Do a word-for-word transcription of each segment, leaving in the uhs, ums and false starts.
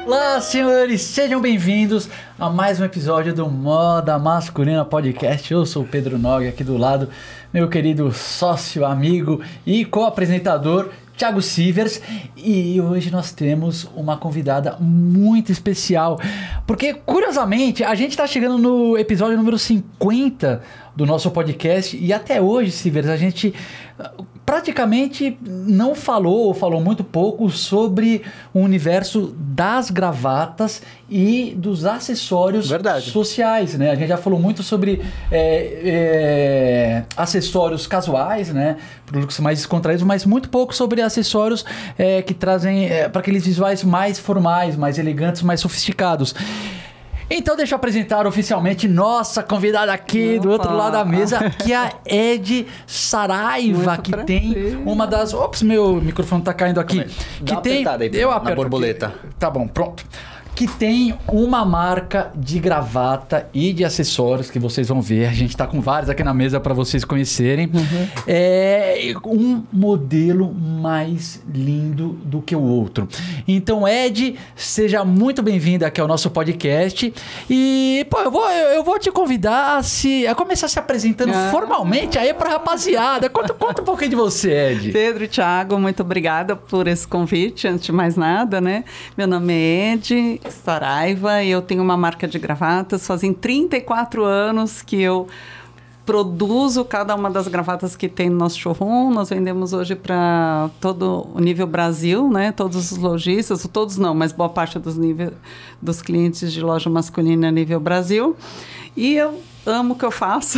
Olá, senhores, sejam bem-vindos a mais um episódio do Moda Masculina Podcast. Eu sou o Pedro Nogue, aqui do lado, meu querido sócio, amigo e co-apresentador Thiago Sivers, e hoje nós temos uma convidada muito especial, porque curiosamente a gente está chegando no episódio número cinquenta do nosso podcast e até hoje, Sivers, a gente praticamente não falou ou falou muito pouco sobre o universo das gravatas e dos acessórios Verdade. sociais, né? A gente já falou muito sobre é, é, acessórios casuais, né? Produtos mais descontraídos, mas muito pouco sobre acessórios é, que trazem é, para aqueles visuais mais formais, mais elegantes, mais sofisticados. Então deixa eu apresentar oficialmente nossa convidada aqui Opa. do outro lado da mesa, que é a Ed Saraiva, muito que prazer. tem uma das... Ops, meu microfone tá caindo aqui. Dá que tem... aí, eu na borboleta. Aqui. Tá bom, pronto. Que tem uma marca de gravata e de acessórios que vocês vão ver. A gente tá com vários aqui na mesa para vocês conhecerem. Uhum. É um modelo mais lindo do que o outro. Então, Ed, seja muito bem-vinda aqui ao nosso podcast. E, pô, eu vou, eu vou te convidar a, se, a começar se apresentando ah. formalmente aí pra rapaziada. Conta, conta um pouquinho de você, Ed. Pedro e Thiago, muito obrigada por esse convite, antes de mais nada, né? Meu nome é Ed Saraiva e eu tenho uma marca de gravatas. Fazem trinta e quatro anos que eu produzo cada uma das gravatas que tem no nosso showroom. Nós vendemos hoje para todo o nível Brasil, né? Todos os lojistas, todos não, mas boa parte dos, nível, dos clientes de loja masculina a nível Brasil. E eu amo o que eu faço.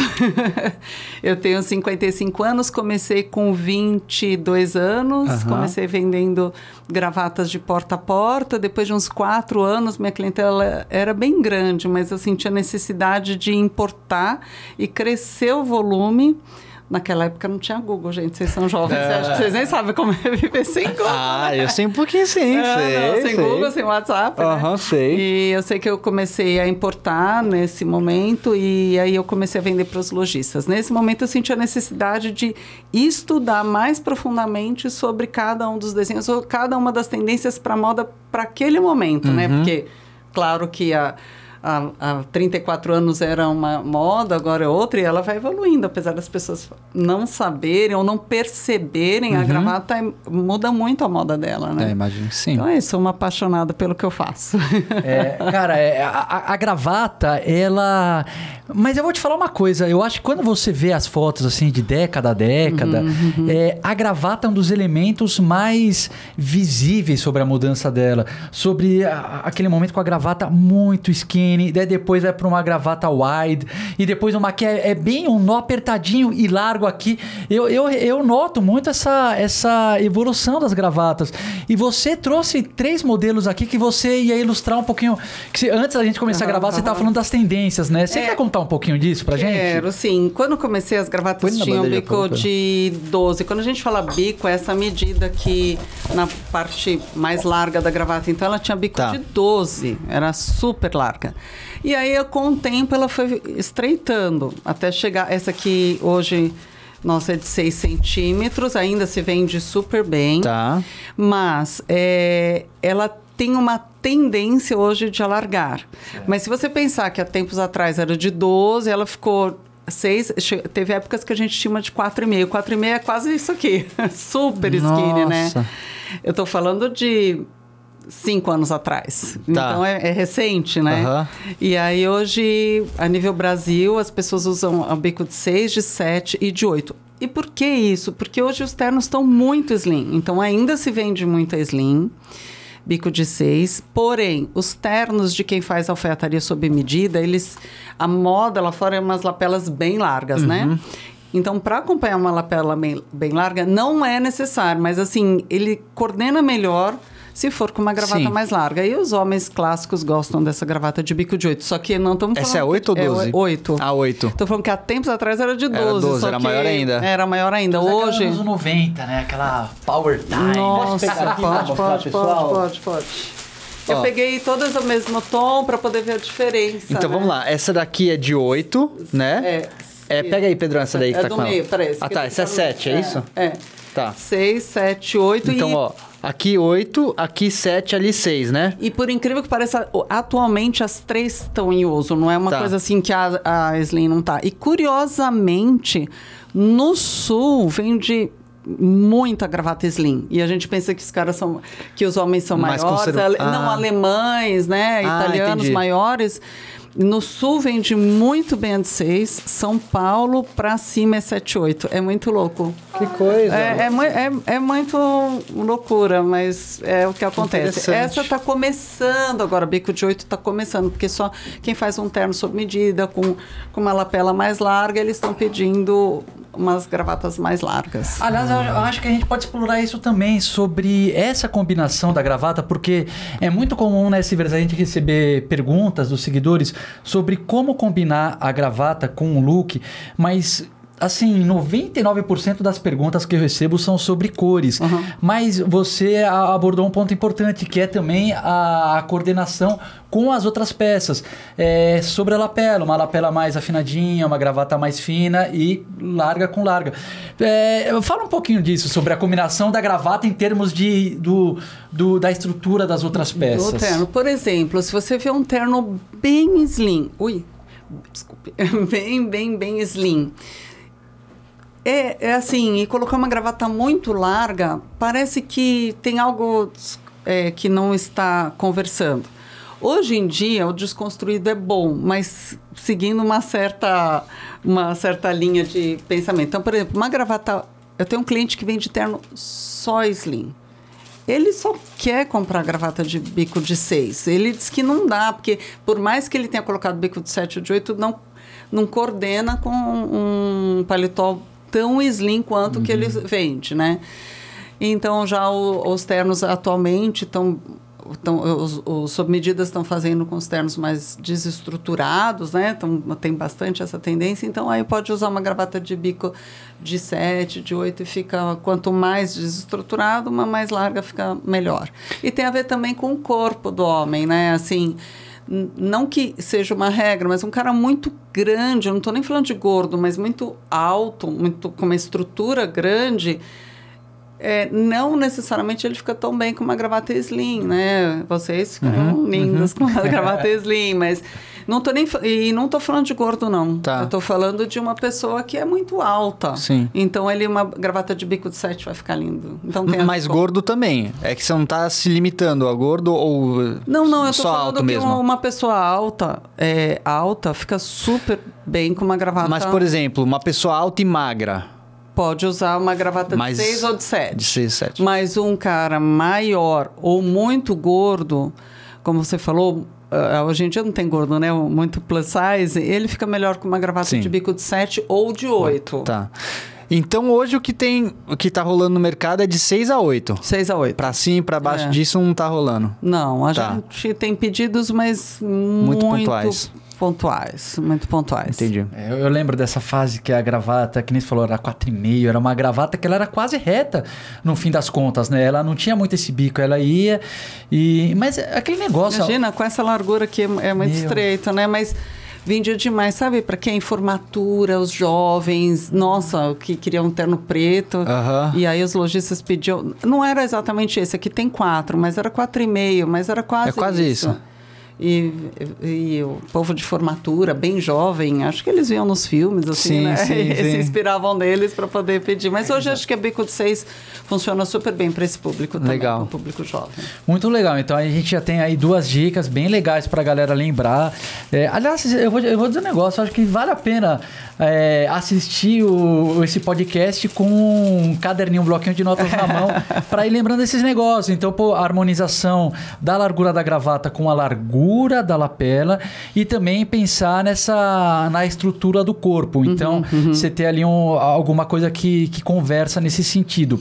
Eu tenho cinquenta e cinco anos, comecei com vinte e dois anos, uhum. comecei vendendo gravatas de porta a porta. Depois de uns quatro anos, minha clientela era bem grande, mas eu sentia necessidade de importar e crescer o volume. Naquela época não tinha Google, gente. Vocês são jovens, é. Acho que vocês nem sabem como é viver sem Google. Ah, eu sei um pouquinho sim, é, sei. Não, sem sei. Google, sem WhatsApp, Aham, né? sei. E eu sei que eu comecei a importar nesse momento e aí eu comecei a vender para os lojistas. Nesse momento eu senti a necessidade de estudar mais profundamente sobre cada um dos desenhos, ou cada uma das tendências para moda para aquele momento, uhum. né? Porque, claro que a... Há, há trinta e quatro anos era uma moda, agora é outra, e ela vai evoluindo, apesar das pessoas não saberem ou não perceberem, uhum. a gravata é, muda muito a moda dela, né? É, imagino que sim. Então é isso, sou uma apaixonada pelo que eu faço. É, cara, é, a, a gravata, ela... Mas eu vou te falar uma coisa, eu acho que quando você vê as fotos assim de década a década, uhum, uhum. É, a gravata é um dos elementos mais visíveis sobre a mudança dela, sobre a, aquele momento com a gravata muito skinny, daí depois vai para uma gravata wide, e depois uma que é, é bem um nó apertadinho e largo aqui. Eu, eu, eu noto muito essa, essa evolução das gravatas. E você trouxe três modelos aqui que você ia ilustrar um pouquinho. Que se, antes da gente começar uhum, a gravar, uhum. você estava falando das tendências, né? Você é, quer contar um pouquinho disso pra gente? Quero, sim. Quando eu comecei, as gravatas tinham bico de doze. Quando a gente fala bico, é essa medida aqui na parte mais larga da gravata. Então, ela tinha bico tá. de doze. Era super larga. E aí, com o tempo, ela foi estreitando até chegar... Essa aqui, hoje, nossa, é de seis centímetros. Ainda se vende super bem. Tá. Mas é, ela tem uma tendência hoje de alargar. É. Mas se você pensar que há tempos atrás era de doze, ela ficou... Seis, teve épocas que a gente tinha uma de quatro e meio. quatro e meio é quase isso aqui. Super skinny, Nossa. né? Eu tô falando de... Cinco anos atrás. Tá. Então, é, é recente, né? Uhum. E aí, hoje, a nível Brasil, as pessoas usam a bico de seis, de sete e de oito. E por que isso? Porque hoje os ternos estão muito slim. Então, ainda se vende muita slim, bico de seis. Porém, os ternos de quem faz alfaiataria sob medida, eles... A moda lá fora é umas lapelas bem largas, uhum. né? Então, para acompanhar uma lapela bem, bem larga, não é necessário. Mas, assim, ele coordena melhor... Se for com uma gravata Sim. mais larga. E os homens clássicos gostam dessa gravata de bico de oito. Só que não estamos falando... Essa é oito ou doze? É oito. Ah, oito. Estou falando que há tempos atrás era de doze. Era doze, só era que maior ainda. Era maior ainda. Então, hoje... Nos anos noventa, né? Aquela Power Time. Nossa, aqui, pode, pode, pode, pode, pode. Eu Ó. peguei todas ao mesmo tom para poder ver a diferença. Então, né? vamos lá. Essa daqui é de oito, né? É. É, pega aí, Pedrão, essa daí que é tá do com meio, ela. peraí. Ah, tá. Essa é sete, é, é isso? É. Tá. seis, sete, oito Então, e... ó, aqui oito, aqui sete, ali seis, né? E por incrível que pareça, atualmente as três estão em uso. Não é uma Tá. coisa assim que a, a Slim não tá. E curiosamente, no Sul vende muita gravata Slim. E a gente pensa que os caras são... Que os homens são Mais maiores. conserva- ale- Ah. Não, alemães, né? Ah, Italianos entendi. maiores. No Sul vende muito bem a de seis. São Paulo pra cima é sete, oito. É muito louco. Que coisa. É, é, mui- é, é muito loucura, mas é o que acontece. Interessante. Essa está começando agora, bico de oito está começando, porque só quem faz um terno sob medida, com, com uma lapela mais larga, eles estão pedindo umas gravatas mais largas. Aliás, eu eu acho que a gente pode explorar isso também, sobre essa combinação da gravata, porque é muito comum, né, Silvia, a gente receber perguntas dos seguidores sobre como combinar a gravata com o look, mas... Assim, noventa e nove por cento das perguntas que eu recebo são sobre cores. Uhum. Mas você a- abordou um ponto importante, que é também a, a coordenação com as outras peças. É, sobre a lapela, uma lapela mais afinadinha, uma gravata mais fina e larga com larga. É, fala um pouquinho disso, sobre a combinação da gravata em termos de, do, do- da estrutura das outras peças. Do terno. Por exemplo, se você vê um terno bem slim... Ui, desculpe. Bem, bem, bem slim... É, é assim, e colocar uma gravata muito larga, parece que tem algo é, que não está conversando. Hoje em dia, o desconstruído é bom, mas seguindo uma certa, uma certa linha de pensamento. Então, por exemplo, uma gravata... Eu tenho um cliente que vende terno só slim. Ele só quer comprar gravata de bico de seis. Ele diz que não dá, porque por mais que ele tenha colocado bico de sete ou de oito, não, não coordena com um paletó tão slim quanto Uhum. que ele vende, né? Então, já o, os ternos atualmente estão... Os, os sob-medidas estão fazendo com os ternos mais desestruturados, né? Então, tem bastante essa tendência. Então, aí pode usar uma gravata de bico de sete, de oito e fica... Quanto mais desestruturado, uma mais larga fica melhor. E tem a ver também com o corpo do homem, né? Assim... Não que seja uma regra, mas um cara muito grande, eu não estou nem falando de gordo, mas muito alto, muito, com uma estrutura grande, é, não necessariamente ele fica tão bem com uma gravata slim, né? Vocês ficam Uhum, lindas uhum. com uma gravata slim, mas não tô nem e não estou falando de gordo, não. Tá. Eu estou falando de uma pessoa que é muito alta. Sim. Então, ele uma gravata de bico de sete vai ficar lindo. Então, tem a- Mas gordo também. É que você não tá se limitando a gordo ou Não, não, eu tô só falando alto que mesmo? uma, uma pessoa alta, é, alta fica super bem com uma gravata. Mas, por exemplo, uma pessoa alta e magra. Pode usar uma gravata Mas- de seis ou de sete. De seis, sete. Mas um cara maior ou muito gordo, como você falou, uh, hoje em dia não tem gordo, né? Muito plus size, ele fica melhor com uma gravata Sim. de bico de sete ou de oito. Tá. Então, hoje o que tem, o que tá rolando no mercado é de seis a oito. seis a oito. Pra cima e pra baixo É. disso não tá rolando. Não, a Tá. gente tem pedidos, mas muito, pontuais. pontuais. Muito pontuais. Entendi. É, eu, eu lembro dessa fase que a gravata, que nem você falou, era quatro e meio, era uma gravata que ela era quase reta, no fim das contas, né? Ela não tinha muito esse bico, ela ia e... Mas é aquele negócio... Imagina, com essa largura que é, é muito Meu. estreita, né? Mas vendia demais, sabe? Para quem? Formatura, os jovens. Nossa, que queriam um terno preto. Aham. E aí os lojistas pediam... Não era exatamente esse, aqui tem quatro, mas era quatro e meio, mas era quase É quase isso. E, e o povo de formatura, bem jovem, acho que eles viam nos filmes, assim, Sim, né? sim, E se sim. inspiravam neles para poder pedir. Mas hoje acho que a bico de seis funciona super bem para esse público também, Legal. para o público jovem. Muito legal. Então a gente já tem aí duas dicas bem legais pra galera lembrar. É, aliás, eu vou, eu vou dizer um negócio, eu acho que vale a pena é, assistir o, esse podcast com um caderninho, um bloquinho de notas na mão pra ir lembrando esses negócios. Então, pô, a harmonização da largura da gravata com a largura da lapela e também pensar nessa na estrutura do corpo. Então, você ter ali um, alguma coisa que, que conversa nesse sentido.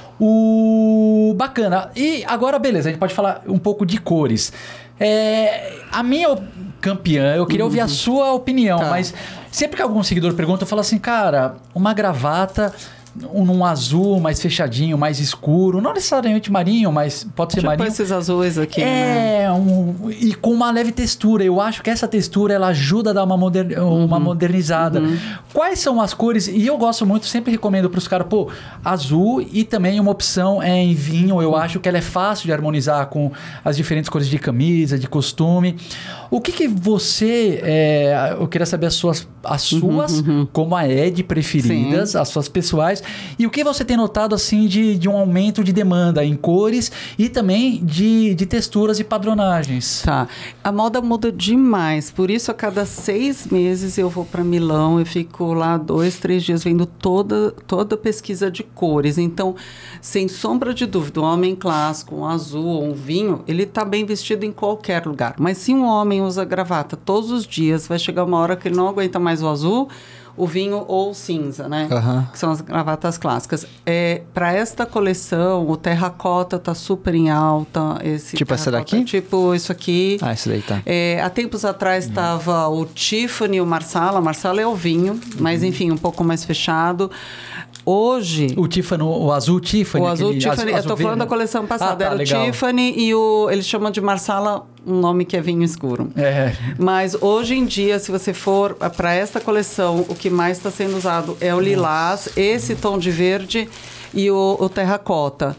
O bacana. E agora, beleza, a gente pode falar um pouco de cores. É, a minha op- campeã, eu queria ouvir a sua opinião, Tá. mas sempre que algum seguidor pergunta, eu falo assim, cara, uma gravata um, num azul mais fechadinho, mais escuro. Não necessariamente marinho, mas pode ser tipo marinho. esses azuis aqui, É, né? um, e com uma leve textura. Eu acho que essa textura, ela ajuda a dar uma, moder, uma Uhum. modernizada. Uhum. Quais são as cores? E eu gosto muito, sempre recomendo para os caras, pô, azul e também uma opção é em vinho. Eu acho que ela é fácil de harmonizar com as diferentes cores de camisa, de costume. O que que você... É, eu queria saber as suas, as suas Uhum, uhum. como a Ed, preferidas, Sim. as suas pessoais. E o que você tem notado, assim, de, de um aumento de demanda em cores e também de, de texturas e padronagens? Tá. A moda muda demais. Por isso, a cada seis meses eu vou para Milão. Eu fico lá dois, três dias vendo toda, toda a pesquisa de cores. Então, sem sombra de dúvida, um homem clássico, um azul, um vinho, ele está bem vestido em qualquer lugar. Mas se um homem usa gravata todos os dias, vai chegar uma hora que ele não aguenta mais o azul, o vinho ou o cinza, né? Uhum. Que são as gravatas clássicas. É, para esta coleção, o terracota está super em alta. Esse Tipo essa terracota, daqui? Tipo isso aqui. Ah, esse daí tá. É, há tempos atrás estava o Tiffany e o Marsala. Marsala é o vinho, mas enfim, um pouco mais fechado. Hoje... O Tiffany, o azul Tiffany. O azul aquele Tiffany, eu azul tô falando verde. da coleção passada, Ah, tá, era o legal. Tiffany e o, eles chamam de Marsala um nome que é vinho escuro. É. Mas hoje em dia, se você for para esta coleção, o que mais está sendo usado é o lilás, esse tom de verde e o, o terracota.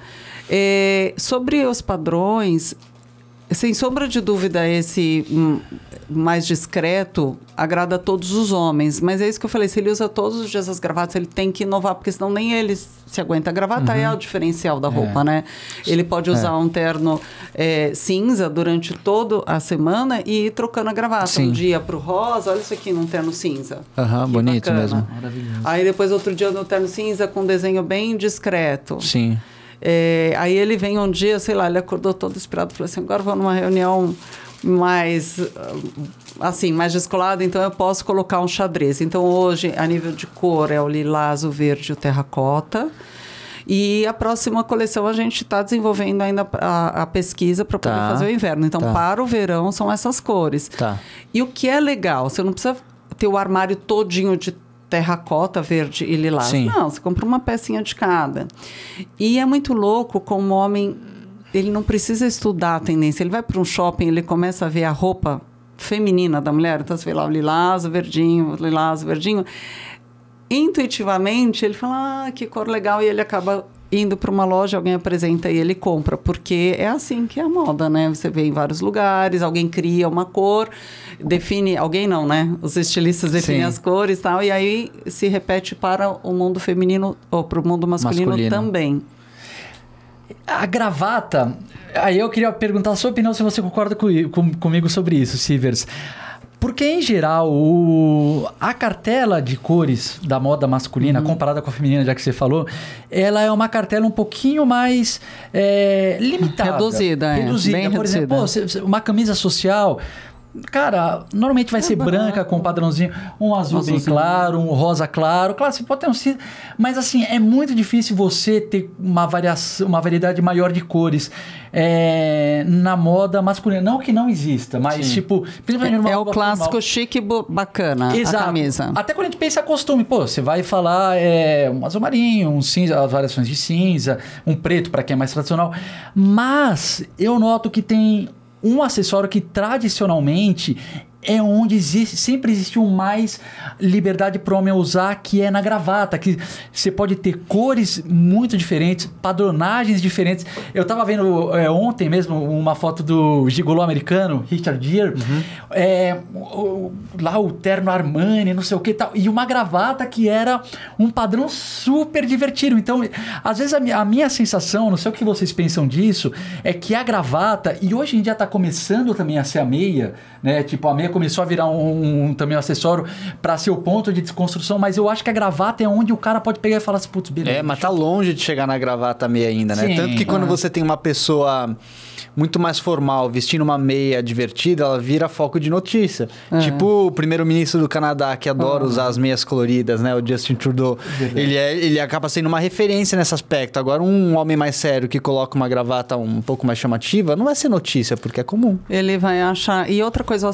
É, sobre os padrões, sem sombra de dúvida, esse hum, mais discreto agrada a todos os homens. Mas é isso que eu falei, se ele usa todos os dias as gravatas, ele tem que inovar, porque senão nem ele se aguenta. A gravata é o diferencial da roupa, É. né? Ele pode usar um terno é, cinza durante toda a semana e ir trocando a gravata. Sim. Um dia pro rosa, olha isso aqui num terno cinza. Aham, Que bonito bacana. mesmo. Maravilhoso. Aí depois outro dia no terno cinza com um desenho bem discreto. Sim. É, aí ele vem um dia, sei lá, ele acordou todo inspirado, falou assim, agora vou numa reunião mais, assim, mais descolada, então eu posso colocar um xadrez. Então hoje, a nível de cor, é o lilás, o verde e o terracota. E a próxima coleção a gente está desenvolvendo ainda a, a pesquisa para poder Tá, fazer o inverno. Então, tá. para o verão, são essas cores. Tá. E o que é legal, você não precisa ter o armário todinho de terracota, verde e lilás. Sim. Não, você compra uma pecinha de cada. E é muito louco como o homem, ele não precisa estudar a tendência. Ele vai para um shopping, ele começa a ver a roupa feminina da mulher. Então, você vê lá o lilás, o verdinho, o lilás, o verdinho. Intuitivamente, ele fala, ah, que cor legal. E ele acaba indo para uma loja, alguém apresenta e ele compra. Porque é assim que é a moda, né? Você vê em vários lugares, alguém cria uma cor, define... Alguém não, né? Os estilistas definem Sim. as cores e tal. E aí se repete para o mundo feminino ou para o mundo masculino, Masculino. também. A gravata, aí eu queria perguntar a sua opinião, se você concorda com, com, comigo sobre isso, Sivers. Porque, em geral, o, a cartela de cores da moda masculina, comparada com a feminina, já que você falou, ela é uma cartela um pouquinho mais é, limitada. Reduzida, é. Reduzida. Bem Por exemplo, pô, reduzida. cê- cê- uma camisa social... Cara, normalmente vai ser branca com um padrãozinho, um azul bem Azulzinho. claro, um rosa claro. Claro, você pode ter um cinza, mas assim, é muito difícil você ter uma variação, uma variedade maior de cores é, na moda masculina. Não que não exista, mas Sim. tipo... principalmente numa É o roupa clássico formal. chique bo- bacana, Exato. a camisa. Até quando a gente pensa costume, pô, você vai falar é, um azul marinho, um cinza, as variações de cinza, um preto para quem é mais tradicional. Mas eu noto que tem um acessório que tradicionalmente é onde existe, sempre existiu mais liberdade para o homem usar, que é na gravata, que você pode ter cores muito diferentes, padronagens diferentes. Eu estava vendo é, ontem mesmo uma foto do gigolô americano, Richard Gere, é, o- o- lá o terno Armani, não sei o que e tal, e uma gravata que era um padrão super divertido. Então, às vezes a, mi- a minha sensação, não sei o que vocês pensam disso, é que a gravata, e hoje em dia está começando também a ser a meia, né? Tipo, a meia começou a virar um, um também um acessório para ser o ponto de desconstrução, mas eu acho que a gravata é onde o cara pode pegar e falar assim, putz, beleza. É, mas tá longe de chegar na gravata meia ainda, né? Sim. Tanto que quando Ah. você tem uma pessoa muito mais formal vestindo uma meia divertida, ela vira foco de notícia. É. Tipo o primeiro-ministro do Canadá, que adora usar as meias coloridas, né? O Justin Trudeau. Ele, é, ele acaba sendo uma referência nesse aspecto. Agora, um homem mais sério que coloca uma gravata um pouco mais chamativa, não vai ser notícia, porque é comum. Ele vai achar... E outra coisa, o acessório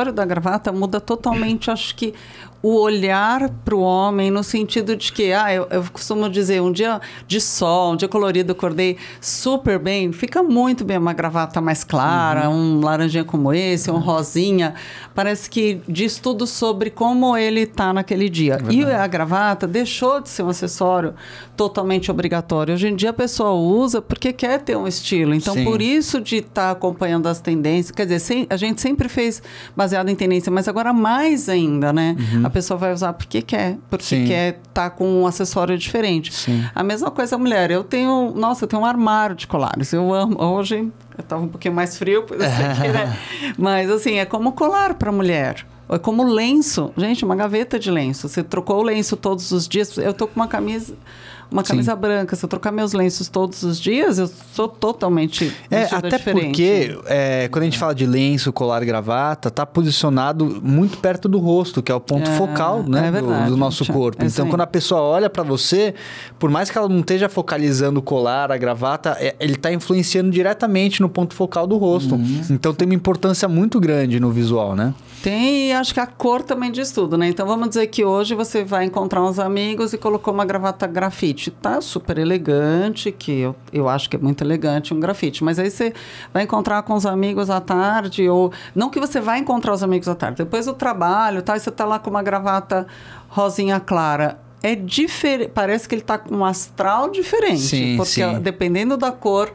acessório da gravata muda totalmente, acho que, o olhar para o homem, no sentido de que, ah, eu, eu costumo dizer, um dia de sol, um dia colorido, acordei super bem, fica muito bem uma gravata mais clara, uhum. um laranjinha como esse, um rosinha, parece que diz tudo sobre como ele está naquele dia. É e a gravata deixou de ser um acessório totalmente obrigatório. Hoje em dia a pessoa usa porque quer ter um estilo, então Sim. por isso de estar tá acompanhando as tendências, quer dizer, sem, a gente sempre fez baseado em tendência, mas agora mais ainda, né? Uhum. A pessoa vai usar porque quer, porque Sim. quer estar tá com um acessório diferente. Sim. A mesma coisa a mulher. Eu tenho, nossa, eu tenho um armário de colares. Eu amo. Hoje eu estava um pouquinho mais frio, aqui, né? Mas assim, é como colar para mulher. É como lenço. Gente, uma gaveta de lenço. Você trocou o lenço todos os dias. Eu tô com uma camisa... Uma camisa Sim. branca, se eu trocar meus lenços todos os dias, eu sou totalmente é, até diferente. Porque, é, quando a gente fala de lenço, colar e gravata, tá posicionado muito perto do rosto, que é o ponto é, focal né, é verdade, do, do nosso gente, corpo. É então, quando a pessoa olha para você, por mais que ela não esteja focalizando o colar, a gravata, é, ele tá influenciando diretamente no ponto focal do rosto. Uhum. Então, tem uma importância muito grande no visual, né? Tem, e acho que a cor também diz tudo, né? Então, vamos dizer que hoje você vai encontrar uns amigos e colocou uma gravata grafite. Tá super elegante, que eu, eu acho que é muito elegante um grafite. Mas aí você vai encontrar com os amigos à tarde, ou... Não que você vai encontrar os amigos à tarde. Depois do trabalho, tá, e você tá lá com uma gravata rosinha clara. É diferente, parece que ele tá com um astral diferente. Sim, porque sim. dependendo da cor...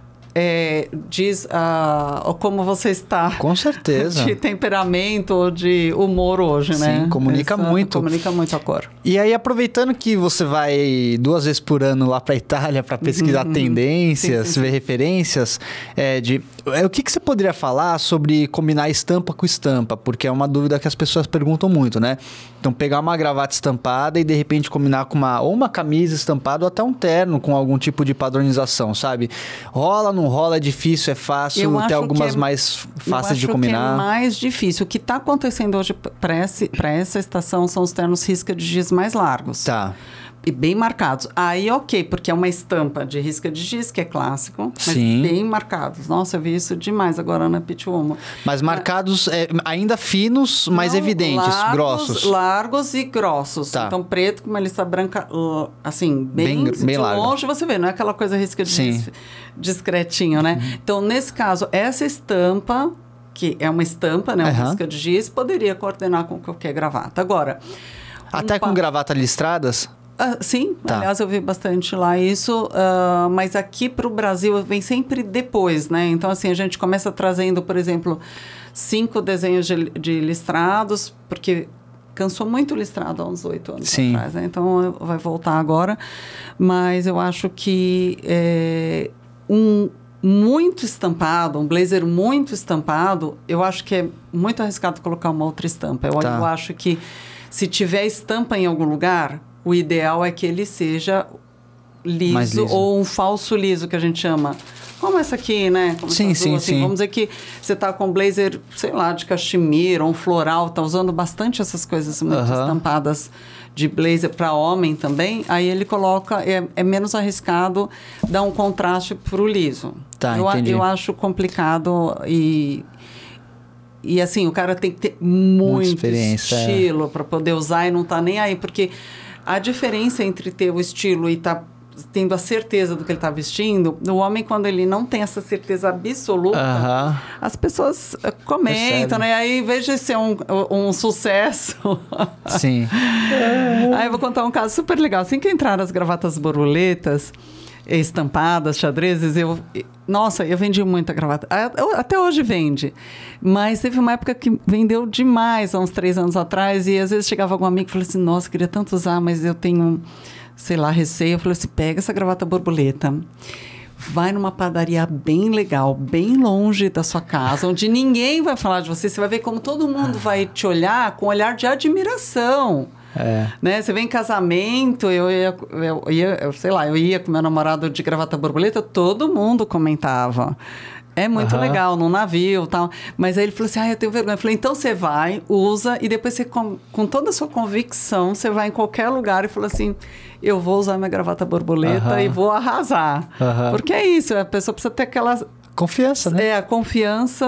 É, diz uh, como você está. Com certeza. De temperamento ou de humor hoje, né? Sim, comunica Essa, muito. Comunica muito a cor. E aí, aproveitando que você vai duas vezes por ano lá para a Itália para pesquisar uhum. tendências, sim, sim, ver sim. referências, é, de, é, o que, que você poderia falar sobre combinar estampa com estampa? Porque é uma dúvida que as pessoas perguntam muito, né? Então, pegar uma gravata estampada e, de repente, combinar com uma, ou uma camisa estampada ou até um terno com algum tipo de padronização, sabe? Rola, não rola, é difícil, é fácil, tem algumas é, mais fáceis de combinar. Que é mais difícil. O que está acontecendo hoje para essa estação são os ternos risca de giz mais largos. Tá. E bem marcados. Aí, ok, porque é uma estampa de risca de giz, que é clássico, mas Sim. bem marcados. Nossa, eu vi isso demais agora na Pitwoman. Mas marcados é, ainda finos, mas Não, evidentes, largos, grossos. Largos e grossos. Tá. Então, preto com uma lista branca, assim, bem, bem, de bem longe você vê, não é aquela coisa risca de Sim. giz discretinho, né? Uhum. Então, nesse caso, essa estampa, que é uma estampa, né? Uma uhum. risca de giz, poderia coordenar com qualquer gravata. Agora... Até um com pa... gravata listradas? Uh, sim, tá. Aliás, eu vi bastante lá isso, uh, mas aqui para o Brasil vem sempre depois, né? Então, assim, a gente começa trazendo, por exemplo, cinco desenhos de, de listrados, porque cansou muito o listrado há uns oito anos sim. atrás, né? Então, vai voltar agora. Mas eu acho que é, um muito estampado, um blazer muito estampado, eu acho que é muito arriscado colocar uma outra estampa. Eu, tá. eu acho que se tiver estampa em algum lugar... O ideal é que ele seja liso, liso ou um falso liso, que a gente chama. Como essa aqui, né? Como sim, sim, assim. sim. Vamos dizer que você está com um blazer, sei lá, de cachemira ou um floral, está usando bastante essas coisas muito uh-huh. estampadas de blazer para homem também. Aí ele coloca, é, é menos arriscado dar um contraste para o liso. Tá, eu, entendi. eu acho complicado e... E assim, o cara tem que ter muito estilo é. para poder usar e não tá nem aí, porque a diferença entre ter o estilo e tá tendo a certeza do que ele está vestindo, o homem, quando ele não tem essa certeza absoluta, uh-huh. as pessoas comentam, né? Aí, em vez de ser um, um sucesso... Sim. Aí eu vou contar um caso super legal. Assim que entraram as gravatas borboletas, estampadas, xadrezes, eu... Nossa, eu vendi muita gravata. Até hoje vende. Mas teve uma época que vendeu demais, há uns três anos atrás, e às vezes chegava algum amigo e falava assim, nossa, queria tanto usar, mas eu tenho, sei lá, receio. Eu falei assim, pega essa gravata borboleta, vai numa padaria bem legal, bem longe da sua casa, onde ninguém vai falar de você, você vai ver como todo mundo vai te olhar com um olhar de admiração. É. Né? Você vem em casamento, eu ia, eu ia, eu sei lá, eu ia com meu namorado de gravata borboleta, todo mundo comentava. É muito uhum. legal, num navio e tal. Mas aí ele falou assim, ah, eu tenho vergonha. Eu falei, então você vai, usa, e depois você, com, com toda a sua convicção, você vai em qualquer lugar e fala assim, eu vou usar minha gravata borboleta uhum. e vou arrasar. Uhum. Porque é isso, a pessoa precisa ter aquela... Confiança, né? É, a confiança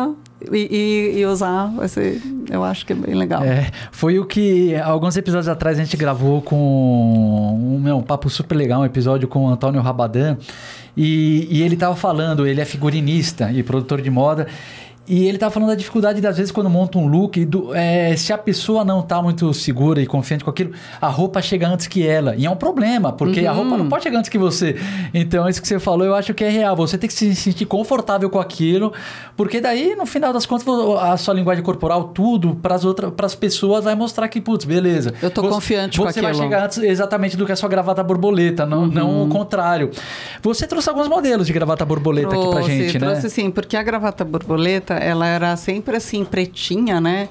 e, e, e usar, vai ser, eu acho que é bem legal. É, foi o que alguns episódios atrás a gente gravou com um, meu, um papo super legal, um episódio com o Antônio Rabadan, e, e ele tava falando, ele é figurinista e produtor de moda, e ele tava falando da dificuldade, das vezes, quando monta um look, do, é, se a pessoa não tá muito segura e confiante com aquilo, a roupa chega antes que ela. E é um problema, porque uhum. a roupa não pode chegar antes que você. Então, isso que você falou, eu acho que é real. Você tem que se sentir confortável com aquilo, porque daí, no final das contas, a sua linguagem corporal, tudo, pras outras, pras pessoas, vai mostrar que, putz, beleza. Eu tô você, confiante com aquilo. Você vai chegar antes exatamente do que a sua gravata borboleta, não, uhum. não o contrário. Você trouxe alguns modelos de gravata borboleta trouxe, aqui pra gente, trouxe, né? Trouxe sim, porque a gravata borboleta, ela era sempre assim, pretinha, né?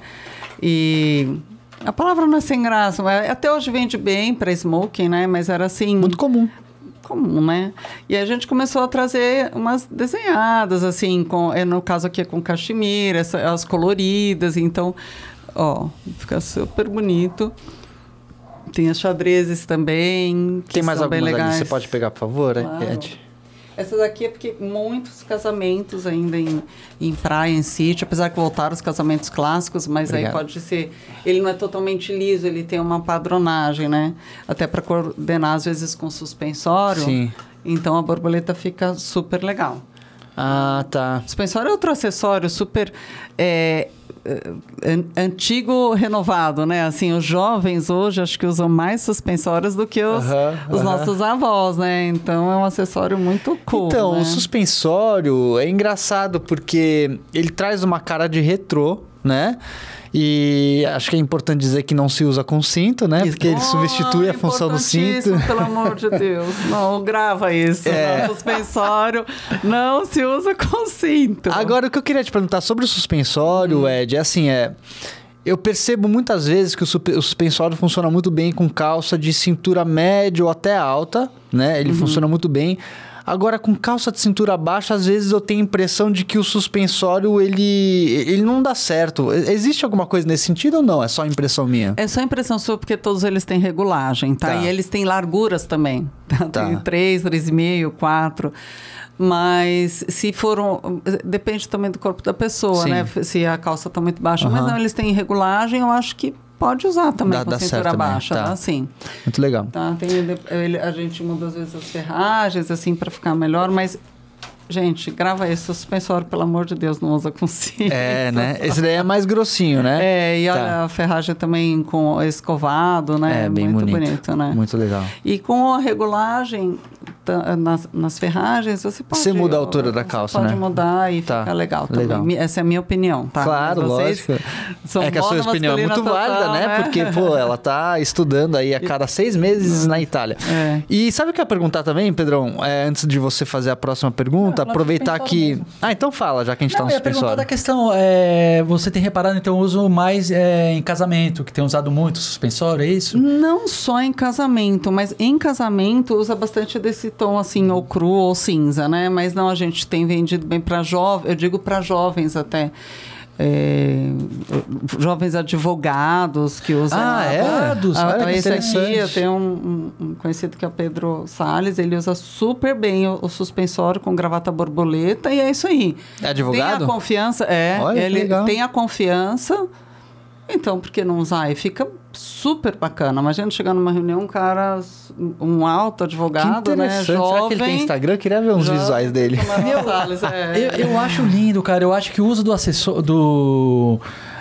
E a palavra não é sem graça, até hoje vende bem para smoking, né? Mas era assim... Muito comum. Comum, né? E a gente começou a trazer umas desenhadas, assim, com, no caso aqui é com cachemira, as coloridas, então, ó, fica super bonito. Tem as xadrezes também, que Tem mais são bem algumas legais. ali, você pode pegar, por favor, claro. Ed? Essa daqui é porque muitos casamentos ainda em, em praia, em sítio, apesar que voltaram os casamentos clássicos, mas Obrigado. Aí pode ser... Ele não é totalmente liso, ele tem uma padronagem, né? Até para coordenar, às vezes, com suspensório. Sim. Então, a borboleta fica super legal. Ah, tá. Suspensório é outro acessório super... É, antigo renovado, né? Assim, os jovens hoje acho que usam mais suspensórios do que os, uhum, os uhum. nossos avós, né? Então é um acessório muito cool. Então, né? o suspensório é engraçado porque ele traz uma cara de retrô, né? E acho que é importante dizer que não se usa com cinto, né? Porque ele substitui oh, a função do cinto. Pelo amor de Deus. Não, grava isso. É. O suspensório não se usa com cinto. Agora, o que eu queria te perguntar sobre o suspensório, hum. Ed, é assim, é... Eu percebo muitas vezes que o, o suspensório funciona muito bem com calça de cintura média ou até alta, né? Ele uhum. funciona muito bem. Agora, com calça de cintura baixa, às vezes eu tenho a impressão de que o suspensório, ele, ele não dá certo. Existe alguma coisa nesse sentido ou não? É só impressão minha? É só impressão sua, porque todos eles têm regulagem, tá? tá. E eles têm larguras também. Tá? Tá. Tem três, três e meio, quatro... Mas se foram... Depende também do corpo da pessoa, Sim. né? Se a calça está muito baixa. Uhum. Mas não, eles têm regulagem, eu acho que pode usar também dá, com a cintura baixa. Tá. Assim. Muito legal. Tá, tem, ele, a gente muda às vezes as ferragens, assim, para ficar melhor, mas... Gente, grava esse suspensório, pelo amor de Deus, não usa com cinto. É, né? Esse daí é mais grossinho, né? É, e tá. olha, a ferragem também com escovado, né? É, bem muito bonito. bonito, né? Muito legal. E com a regulagem nas, nas ferragens, você pode... Você muda a altura da calça, pode né? Pode mudar e tá. fica legal também. Legal. Essa é a minha opinião, tá? Claro, vocês lógico. São é que a sua opinião é muito total, válida, né? né? Porque, pô, ela tá estudando aí a cada seis meses na Itália. É. E sabe o que eu ia perguntar também, Pedrão? É, antes de você fazer a próxima pergunta, aproveitar que... Mesmo. Ah, então fala, já que a gente Não, tá no suspensório. Eu ia perguntar da questão, é, você tem reparado, então, eu uso mais é, em casamento, que tem usado muito suspensório, é isso? Não só em casamento, mas em casamento usa bastante desse tom, assim, ou cru ou cinza, né? Mas não, a gente tem vendido bem para jovens, eu digo para jovens até. É, jovens advogados que usam ah, a, é? Advogados, a, olha a, que esse interessante. aqui eu tenho um, um, um conhecido que é o Pedro Salles, ele usa super bem o, o suspensório com gravata borboleta e é isso aí. É advogado? Tem a confiança, é, olha, ele tem a confiança, então por que não usar? E fica super bacana. Imagina chegar numa reunião, um cara, um alto advogado, né? Jovem. Será que ele tem Instagram? Eu queria ver uns jovem, visuais dele. Salles, é. eu, eu acho lindo, cara. Eu acho que o uso do assessor... do...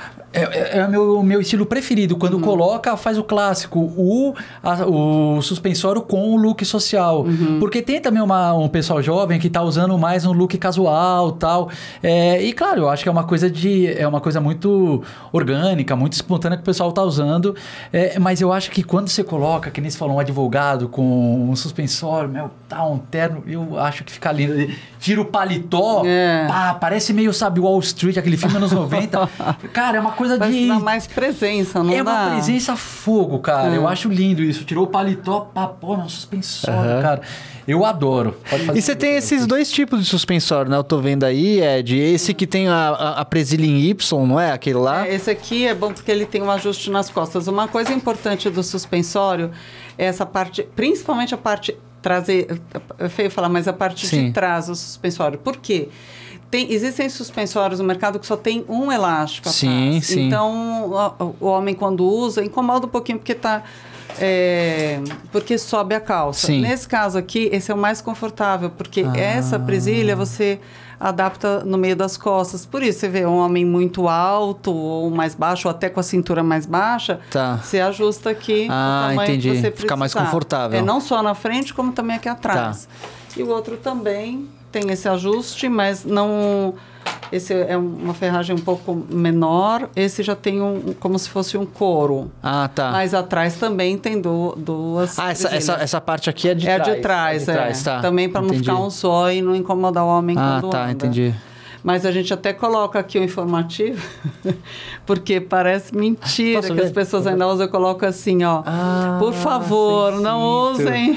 É, é o meu, meu estilo preferido. Quando uhum. coloca, faz o clássico. O, a, o suspensório com o look social. Uhum. Porque tem também uma, um pessoal jovem que tá usando mais um look casual e tal. É, e claro, eu acho que é uma coisa de... É uma coisa muito orgânica, muito espontânea que o pessoal tá usando. É, mas eu acho que quando você coloca, que nem você falou, um advogado com um suspensório, meu, tá um terno, eu acho que fica lindo. Tira o paletó, é. pá, parece meio, sabe, Wall Street, aquele filme anos noventa. Cara, é uma coisa Vai de... dar mais presença, não é dá? É uma presença a fogo, cara. É. Eu acho lindo isso. Tirou o paletó, pá, pô, não, suspensório, uhum. cara. Eu adoro. Pode fazer. E você tem esses dois tipos de suspensório, né? Eu tô vendo aí, Ed. Esse que tem a, a, a presilha em Y, não é? Aquele lá? É, esse aqui é bom porque ele tem um ajuste nas costas. Uma coisa importante do suspensório é essa parte, principalmente a parte trazer... É feio falar, mas a parte Sim. de trás do suspensório. Por quê? tem, existem suspensórios no mercado que só tem um elástico atrás. Sim, sim. Então, o, o homem quando usa, incomoda um pouquinho porque tá... É, porque sobe a calça. Sim. Nesse caso aqui, esse é o mais confortável, porque Ah. essa presilha você adapta no meio das costas. Por isso, você vê um homem muito alto ou mais baixo, ou até com a cintura mais baixa, Tá. você ajusta aqui Ah, o tamanho entendi. que você Fica mais precisar. confortável. É, não só na frente, como também aqui atrás. Tá. E o outro também tem esse ajuste, mas não... Esse é uma ferragem um pouco menor. Esse já tem um, como se fosse um couro. Ah, tá. Mas atrás também tem do, duas. Ah, essa, presilhas. essa, essa parte aqui é de é trás. de trás, é. De trás, é. tá. Também para não Entendi. ficar um só e não incomodar o homem Ah, quando tá, anda. entendi. Mas a gente até coloca aqui o informativo, porque parece mentira Posso que ver? as pessoas ainda usam. Eu coloco assim, ó. Ah, Por favor, sem não cinto. usem.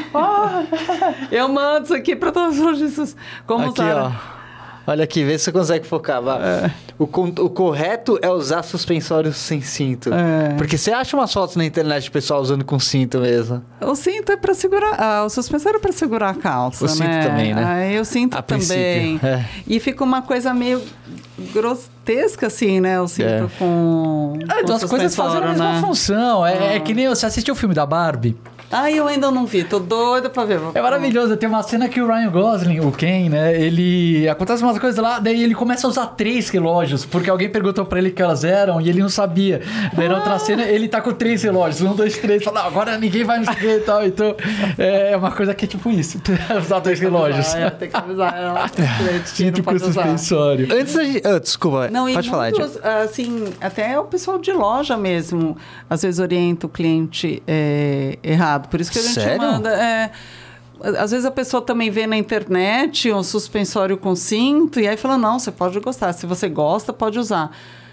Eu mando isso aqui para todos os Jesus. Como Aqui, usar? ó. Olha aqui, vê se você consegue focar, vá. É. O, con- o correto é usar suspensórios sem cinto. É. Porque você acha umas fotos na internet de pessoal usando com cinto mesmo. O cinto é para segurar, ah, o suspensório é para segurar a calça, O cinto né? também, né? Aí o cinto A também. princípio, é. E fica uma coisa meio grotesca, assim, né? O cinto É. com, Ah, então com as coisas fazem a suspensório, mesma né? função. É, é que nem você assistiu o filme da Barbie. Ah, eu ainda não vi, tô doida pra ver. É maravilhoso, tem uma cena que o Ryan Gosling, o Ken, né, ele... Acontece umas coisas lá, daí ele começa a usar três relógios, porque alguém perguntou pra ele que elas eram e ele não sabia. Daí na outra cena ele tá com três relógios, um, dois, três, fala, não, agora ninguém vai me seguir e tal. Então, é uma coisa que é tipo isso, usar dois relógios. Ah, é, tem que avisar ela. Cinto com suspensório. Antes da gente... Ah, desculpa, Não, pode e falar, muitos, Ed. assim, até o pessoal de loja mesmo, às vezes orienta o cliente é, errado. Por isso que a gente Sério? manda... É, às vezes a pessoa também vê na internet um suspensório com cinto e aí fala, não, você pode gostar. Se você gosta, pode usar.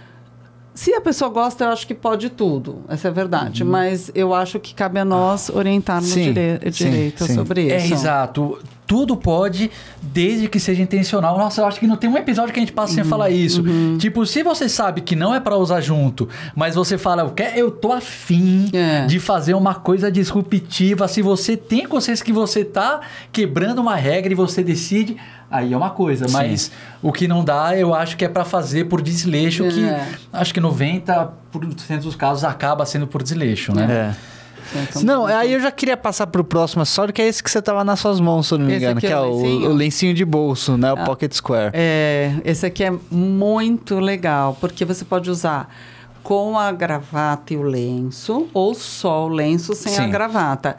Se a pessoa gosta, eu acho que pode tudo. Essa é a verdade. Uhum. Mas eu acho que cabe a nós orientarmos Sim, dire... sim, direito sim. sobre É, isso. exato. Tudo pode, desde que seja intencional. Nossa, eu acho que não tem um episódio que a gente passa sem falar isso. Tipo, se você sabe que não é pra usar junto, mas você fala, eu, quero, eu tô afim É. de fazer uma coisa disruptiva, se você tem consciência que você tá quebrando uma regra e você decide, aí é uma coisa. Sim. Mas o que não dá, eu acho que é pra fazer por desleixo, É. que acho que noventa por cento dos casos acaba sendo por desleixo, né? É. Então, Não, aí eu já queria passar pro próximo acessório, que é esse que você tava nas suas mãos, se eu não me Esse engano, aqui que é é o o, lencinho? o lencinho de bolso, né? O Ah. Pocket Square. É, esse aqui é muito legal, porque você pode usar com a gravata e o lenço, ou só o lenço sem a Sim. gravata.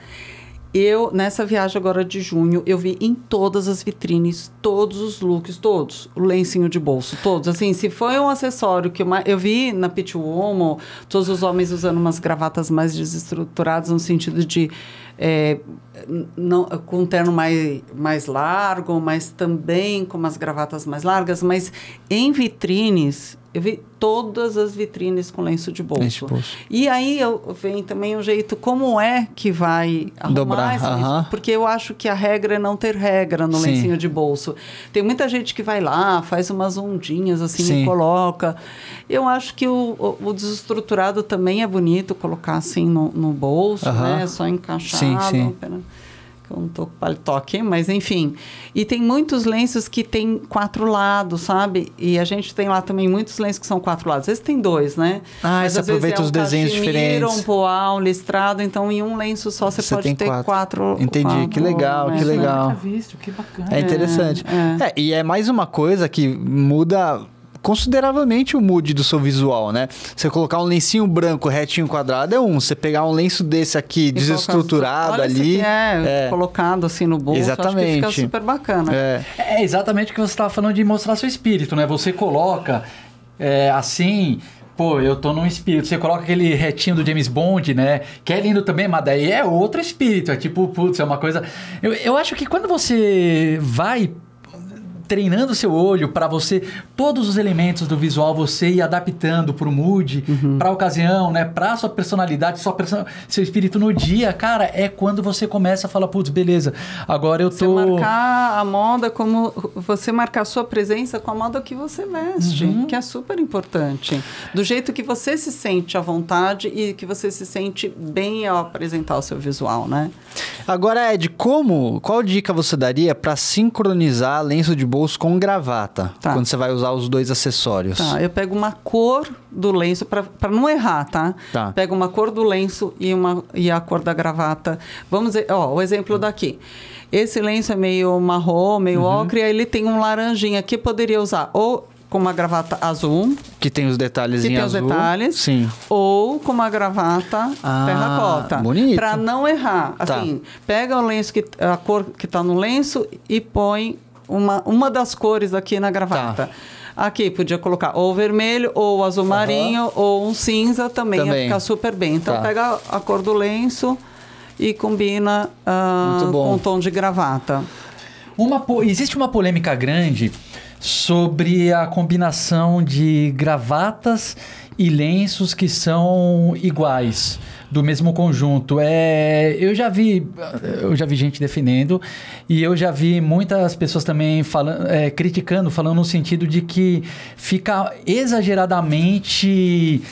Eu, nessa viagem agora de junho, eu vi em todas as vitrines, todos os looks, todos. O lencinho de bolso, todos. Assim, se foi um acessório que... Uma, eu vi na Pitch Woman, todos os homens usando umas gravatas mais desestruturadas, no sentido de... É, não, com um terno mais, mais largo, mas também com umas gravatas mais largas. Mas em vitrines... Eu vi todas as vitrines com lenço de bolso. Lenço de bolso. E aí eu vem também o jeito como é que vai arrumar Dobrar, esse aham. lenço, porque eu acho que a regra é não ter regra no Sim. lencinho de bolso. Tem muita gente que vai lá, faz umas ondinhas assim Sim. e coloca. Eu acho que o, o, o desestruturado também é bonito colocar assim no, no bolso, Aham. né? Só encaixado. Sim, sim. Pera, que eu não tô com paletó aqui, mas enfim. E tem muitos lenços que tem quatro lados, sabe? E a gente tem lá também muitos lenços que são quatro lados. Esse tem dois, né? Ah, Mas você às vezes aproveita é um os desenhos cachemira, diferentes. um poá, um listrado. Então, em um lenço só você, Você pode tem ter quatro. quatro. Entendi, quatro que legal, que lenços, né? legal. Nunca visto, que bacana. É interessante. É, É, e é mais uma coisa que muda consideravelmente o mood do seu visual, né? Você colocar um lencinho branco retinho quadrado é um. Você pegar um lenço desse aqui E desestruturado colocar- olha, esse ali... aqui é, é. colocado assim no bolso. Acho que Exatamente. fica super bacana. É. É exatamente o que você estava falando de mostrar seu espírito, né? Você coloca é, assim... Pô, eu tô num espírito. Você coloca aquele retinho do James Bond, né? Que é lindo também, mas daí é outro espírito. É tipo, putz, é uma coisa... Eu, eu acho que quando você vai treinando seu olho para você, todos os elementos do visual, você ir adaptando pro mood, Uhum. pra ocasião, né? Pra sua personalidade, sua person... seu espírito no dia, cara, é quando você começa a falar, putz, beleza, agora eu Você tô... marcar a moda como... Você marcar a sua presença com a moda que você veste, Uhum. que é super importante. Do jeito que você se sente à vontade e que você se sente bem ao apresentar o seu visual, né? Agora, Ed, como... Qual dica você daria para sincronizar lenço de bolso com gravata, Tá. quando você vai usar os dois acessórios. Tá, eu pego uma cor do lenço, para não errar, tá? Tá. Pego uma cor do lenço e, uma, e a cor da gravata. Vamos ver, ó, o exemplo daqui. Esse lenço é meio marrom, meio Uhum. ocre, e aí ele tem um laranjinha que poderia usar ou com uma gravata azul, Que tem os detalhes que em tem azul. os detalhes, Sim. ou com uma gravata Ah, terracota. bonito. Para não errar. Tá. Assim, pega o lenço, que, a cor que está no lenço e põe uma, uma das cores aqui na gravata. Tá. Aqui podia colocar ou vermelho, ou azul marinho, ou um cinza também, Também. ia ficar super bem. Então Tá. pega a cor do lenço e combina ah, Muito bom. com o tom de gravata. Uma po- existe uma polêmica grande sobre a combinação de gravatas e lenços que são iguais, do mesmo conjunto. É, eu já vi, eu já vi gente defendendo e eu já vi muitas pessoas também falando, é, criticando, falando no sentido de que fica exageradamente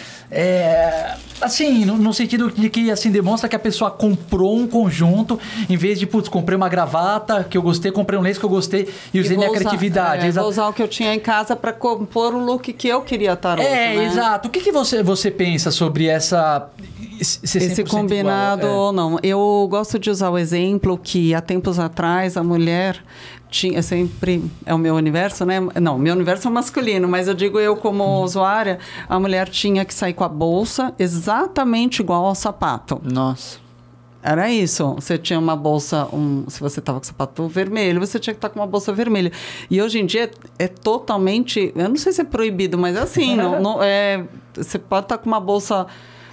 é, assim, no, no sentido de que assim demonstra que a pessoa comprou um conjunto em vez de, putz, comprei uma gravata que eu gostei, comprei um lenço que eu gostei e usei minha vou usar- criatividade. é, Exa- vou usar o que eu tinha em casa para compor o look que eu queria estar hoje, É, né? exato. O que, que você, você pensa sobre essa... Esse, Esse combinado igual? É. ou não. Eu gosto de usar o exemplo que há tempos atrás a mulher tinha sempre é o meu universo, né? Não, meu universo é masculino, mas eu digo eu como Uhum. usuária, a mulher tinha que sair com a bolsa exatamente igual ao sapato. Nossa. Era isso. Você tinha uma bolsa, um, se você estava com sapato vermelho, você tinha que estar com uma bolsa vermelha. E hoje em dia é, é totalmente, eu não sei se é proibido, mas é assim, não, não, é, você pode estar com uma bolsa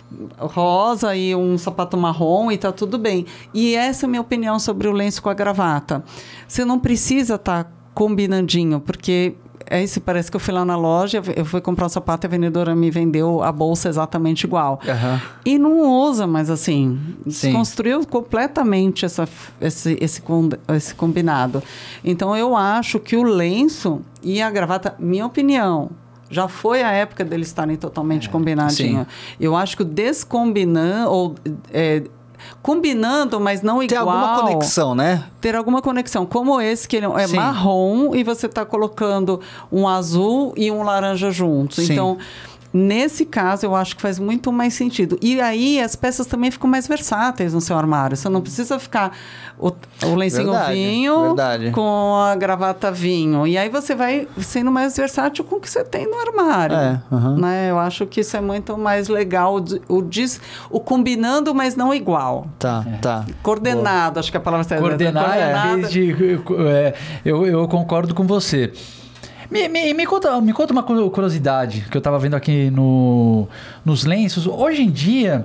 rosa e um sapato marrom e tá tudo bem. E essa é a minha opinião sobre o lenço com a gravata. Você não precisa estar combinandinho, porque é isso, parece que eu fui lá na loja, eu fui comprar um sapato e a vendedora me vendeu a bolsa exatamente igual. Aham. E não usa mais assim. Sim. Desconstruiu completamente essa, esse, esse, com- esse combinado. Então, eu acho que o lenço e a gravata, minha opinião, já foi a época deles estarem totalmente combinadinhos. Eu acho que o descombinando, ou é, combinando, mas não Tem igual. alguma conexão, né? Ter alguma conexão, como esse que ele é Sim. marrom e você está colocando um azul e um laranja juntos. Sim. Então, nesse caso, eu acho que faz muito mais sentido. E aí, as peças também ficam mais versáteis no seu armário. Você não precisa ficar o, o lencinho Verdade, vinho verdade. com a gravata vinho. E aí, você vai sendo mais versátil com o que você tem no armário. É, aham. Né? Eu acho que isso é muito mais legal. O, o, dis- o combinando, mas não igual. Tá, tá. Coordenado, acho que a palavra certa. Coordenar Coordenado. em vez de... é, eu, eu concordo com você. Me, me, me, conta, me conta uma cu- curiosidade que eu tava vendo aqui no, nos lenços. Hoje em dia...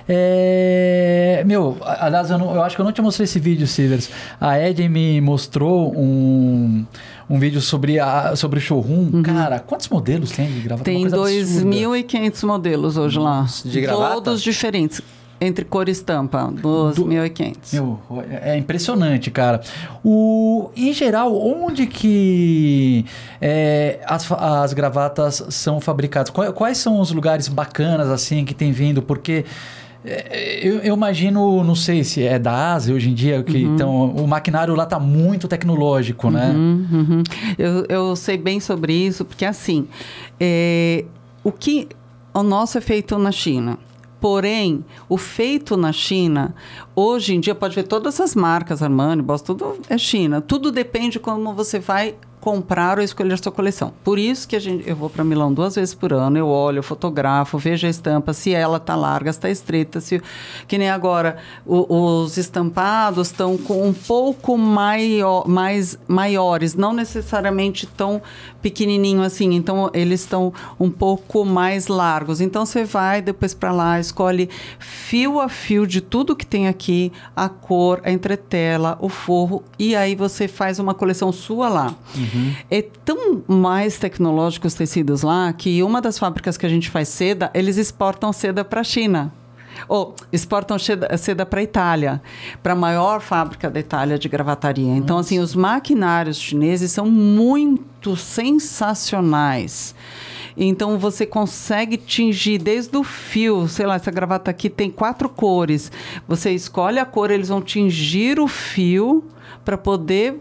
É, meu, a- aliás, eu, não- eu acho que eu não te mostrei esse vídeo, Silvers. A Ed me mostrou um, um vídeo sobre, a, sobre o showroom. Cara, quantos modelos tem de gravata? Uma Tem coisa dois absurda. mil e quinhentos modelos hoje lá. De gravata? Todos diferentes. Entre cor e estampa. dois mil e quinhentos. Meu, é impressionante, cara. O, em geral, onde que é, as, fa- as gravatas são fabricadas? Qua- Quais são os lugares bacanas, assim, que tem vindo? Porque é, eu, eu imagino, não sei se é da Ásia hoje em dia, que então, o maquinário lá tá muito tecnológico, né? Uhum, uhum. Eu, eu sei bem sobre isso, porque assim, é, o que o nosso é feito na China. Porém, o feito na China, hoje em dia, pode ver todas as marcas, Armani, Boss, tudo é China. Tudo depende de como você vai comprar ou escolher sua coleção. Por isso que a gente, eu vou para Milão duas vezes por ano, eu olho, eu fotografo, vejo a estampa, se ela tá larga, se tá estreita, se que nem agora o- os estampados estão com um pouco maior, mais maiores, não necessariamente tão pequenininho assim. Então eles estão um pouco mais largos. Então você vai depois para lá, escolhe fio a fio de tudo que tem aqui, a cor, a entretela, o forro, e aí você faz uma coleção sua lá. É tão mais tecnológico os tecidos lá que uma das fábricas que a gente faz seda, eles exportam seda para a China. Ou exportam seda, seda para a Itália, para a maior fábrica da Itália de gravataria. Então, assim, os maquinários chineses são muito sensacionais. Então, você consegue tingir desde o fio, sei lá, essa gravata aqui tem quatro cores. Você escolhe a cor, eles vão tingir o fio para poder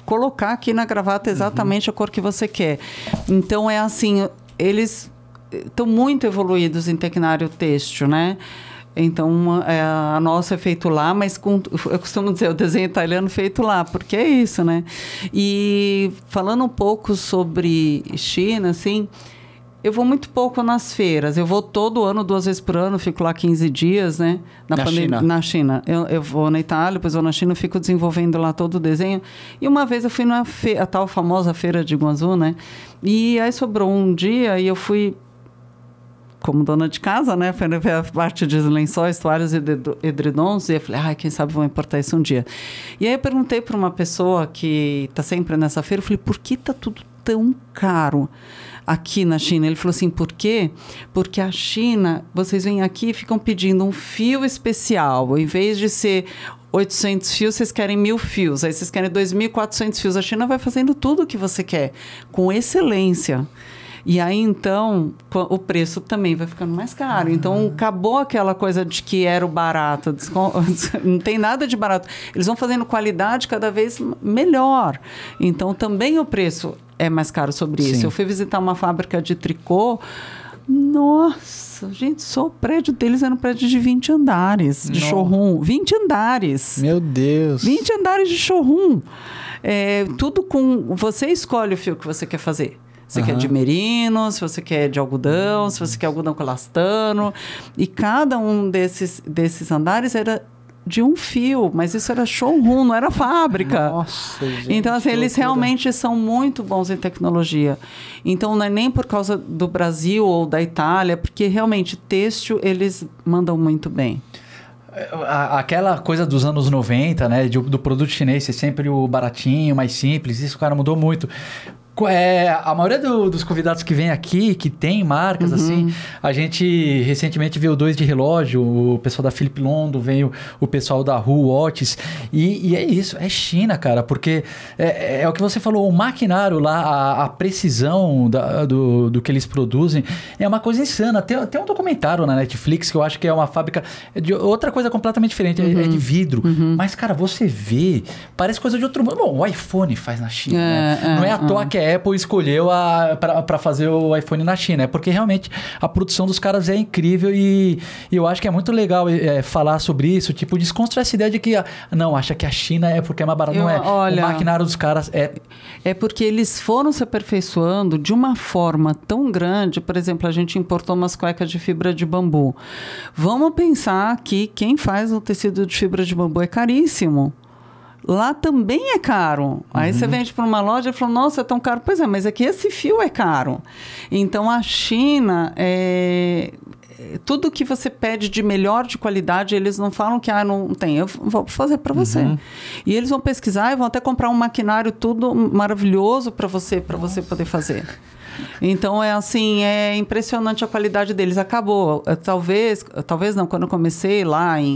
colocar aqui na gravata exatamente uhum. a cor que você quer. Então, é assim, eles estão muito evoluídos em tecnário têxtil, né? Então, é, a nossa é feito lá, mas com, eu costumo dizer, o desenho italiano feito lá, porque é isso, né? E falando um pouco sobre China, assim, eu vou muito pouco nas feiras. Eu vou todo ano, duas vezes por ano, fico lá quinze dias, né? Na, na China? Na China. Eu, eu vou na Itália, depois vou na China, fico desenvolvendo lá todo o desenho. E uma vez eu fui na fe- a tal famosa feira de Guangzhou, né? E aí sobrou um dia e eu fui... como dona de casa, né? Foi ver a parte de lençóis, toalhas e edredons. E eu falei, ai, quem sabe vou importar isso um dia. E aí eu perguntei para uma pessoa que está sempre nessa feira, eu falei, por que está tudo tão caro aqui na China? Ele falou assim, por quê? Porque a China, vocês vêm aqui e ficam pedindo um fio especial. Em vez de ser oitocentos fios, vocês querem mil fios. Aí vocês querem dois mil e quatrocentos fios. A China vai fazendo tudo o que você quer, com excelência. E aí, então, o preço também vai ficando mais caro. Então, acabou aquela coisa de que era o barato. Não tem nada de barato. Eles vão fazendo qualidade cada vez melhor. Então, também o preço é mais caro sobre isso. Sim. Eu fui visitar uma fábrica de tricô. Nossa, gente, só o prédio deles era um prédio de vinte andares de Nossa. showroom. vinte andares. Meu Deus. vinte andares de showroom. É, tudo com... Você escolhe o fio que você quer fazer. Você uhum. quer de merino, se você quer de algodão, se você quer algodão com elastano. E cada um desses, desses andares era de um fio, mas isso era showroom, não era fábrica. Nossa, gente. Então, assim, eles realmente são muito bons em tecnologia. Então, não é nem por causa do Brasil ou da Itália, porque realmente têxtil eles mandam muito bem. Aquela coisa dos anos noventa, né, do, do produto chinês ser sempre o baratinho, mais simples, isso, cara, mudou muito. É, a maioria do, dos convidados que vem aqui, que tem marcas, uhum. assim, a gente recentemente viu dois de relógio, o pessoal da Philippe Londo, veio o pessoal da Hu Watches, e, e é isso, é China, cara, porque é, é o que você falou, o maquinário lá, a, a precisão da, do, do que eles produzem é uma coisa insana. Tem, tem um documentário na Netflix que eu acho que é uma fábrica de outra coisa completamente diferente, uhum. é, é de vidro, uhum. mas, cara, você vê, parece coisa de outro mundo. Bom, o iPhone faz na China, é, né? É, não é à toa é. que a Apple escolheu para fazer o iPhone na China. É porque realmente a produção dos caras é incrível e, e eu acho que é muito legal é, falar sobre isso, tipo, desconstruir essa ideia de que não, acha que a China é porque é mais barato. Eu, não é. Olha, o maquinário dos caras é... É porque eles foram se aperfeiçoando de uma forma tão grande. Por exemplo, a gente importou umas cuecas de fibra de bambu. Vamos pensar que quem faz o tecido de fibra de bambu é caríssimo. Lá também é caro. Aí uhum. você vende para uma loja e fala, nossa, é tão caro. Pois é, mas é que esse fio é caro. Então, a China, é... tudo que você pede de melhor de qualidade, eles não falam que ah, não tem, eu vou fazer para você. Uhum. E eles vão pesquisar e vão até comprar um maquinário tudo maravilhoso para você, para você poder fazer. Então, é assim, é impressionante a qualidade deles. Acabou. Talvez, talvez não, quando eu comecei lá em...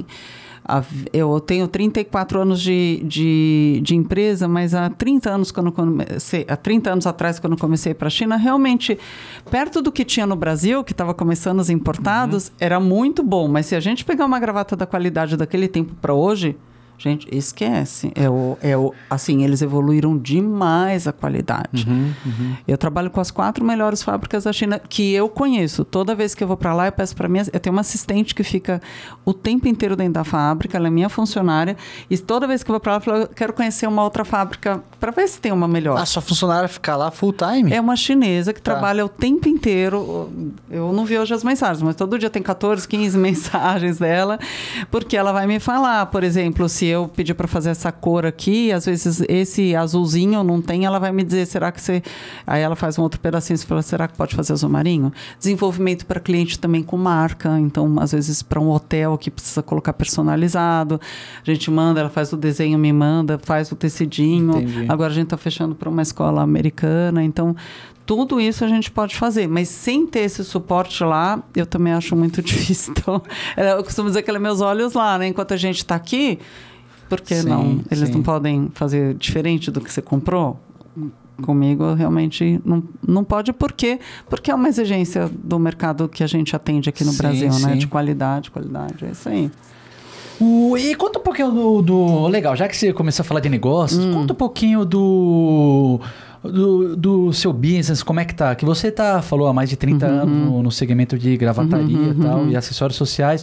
Eu tenho trinta e quatro anos de, de, de empresa, mas há trinta anos, quando comecei, há trinta anos atrás, quando comecei para a China, realmente, perto do que tinha no Brasil, que estava começando os importados, uhum. era muito bom. Mas se a gente pegar uma gravata da qualidade daquele tempo para hoje, gente, esquece. É o, é o, assim, eles evoluíram demais a qualidade. Uhum, uhum. Eu trabalho com as quatro melhores fábricas da China que eu conheço. Toda vez que eu vou para lá, eu peço para mim... Eu tenho uma assistente que fica o tempo inteiro dentro da fábrica, ela é minha funcionária. E toda vez que eu vou para lá, eu falo, eu quero conhecer uma outra fábrica para ver se tem uma melhor. Ah, sua funcionária fica lá full time? É uma chinesa que tá. trabalha o tempo inteiro. Eu não vi hoje as mensagens, mas todo dia tem quatorze, quinze mensagens dela, porque ela vai me falar, por exemplo, se eu pedir para fazer essa cor aqui, às vezes esse azulzinho não tem, ela vai me dizer, será que você... Aí ela faz um outro pedacinho e fala, será que pode fazer azul marinho? Desenvolvimento para cliente também com marca, então, às vezes, para um hotel que precisa colocar personalizado, a gente manda, ela faz o desenho, me manda, faz o tecidinho. Entendi. Agora a gente está fechando para uma escola americana, então... Tudo isso a gente pode fazer, mas sem ter esse suporte lá, eu também acho muito difícil. Então, eu costumo dizer que ela é meus olhos lá, né? Enquanto a gente está aqui, por que sim, não? Eles sim. não podem fazer diferente do que você comprou? Comigo, realmente, não, não pode. Por quê? Porque é uma exigência do mercado que a gente atende aqui no sim, Brasil, sim. né? De qualidade, qualidade, é isso aí. O, e conta um pouquinho do, do... Legal, já que você começou a falar de negócios, hum. conta um pouquinho do... Do, do seu business, como é que tá? Que você tá, falou há mais de trinta uhum. anos no, no segmento de gravataria uhum, e tal, uhum. e acessórios sociais.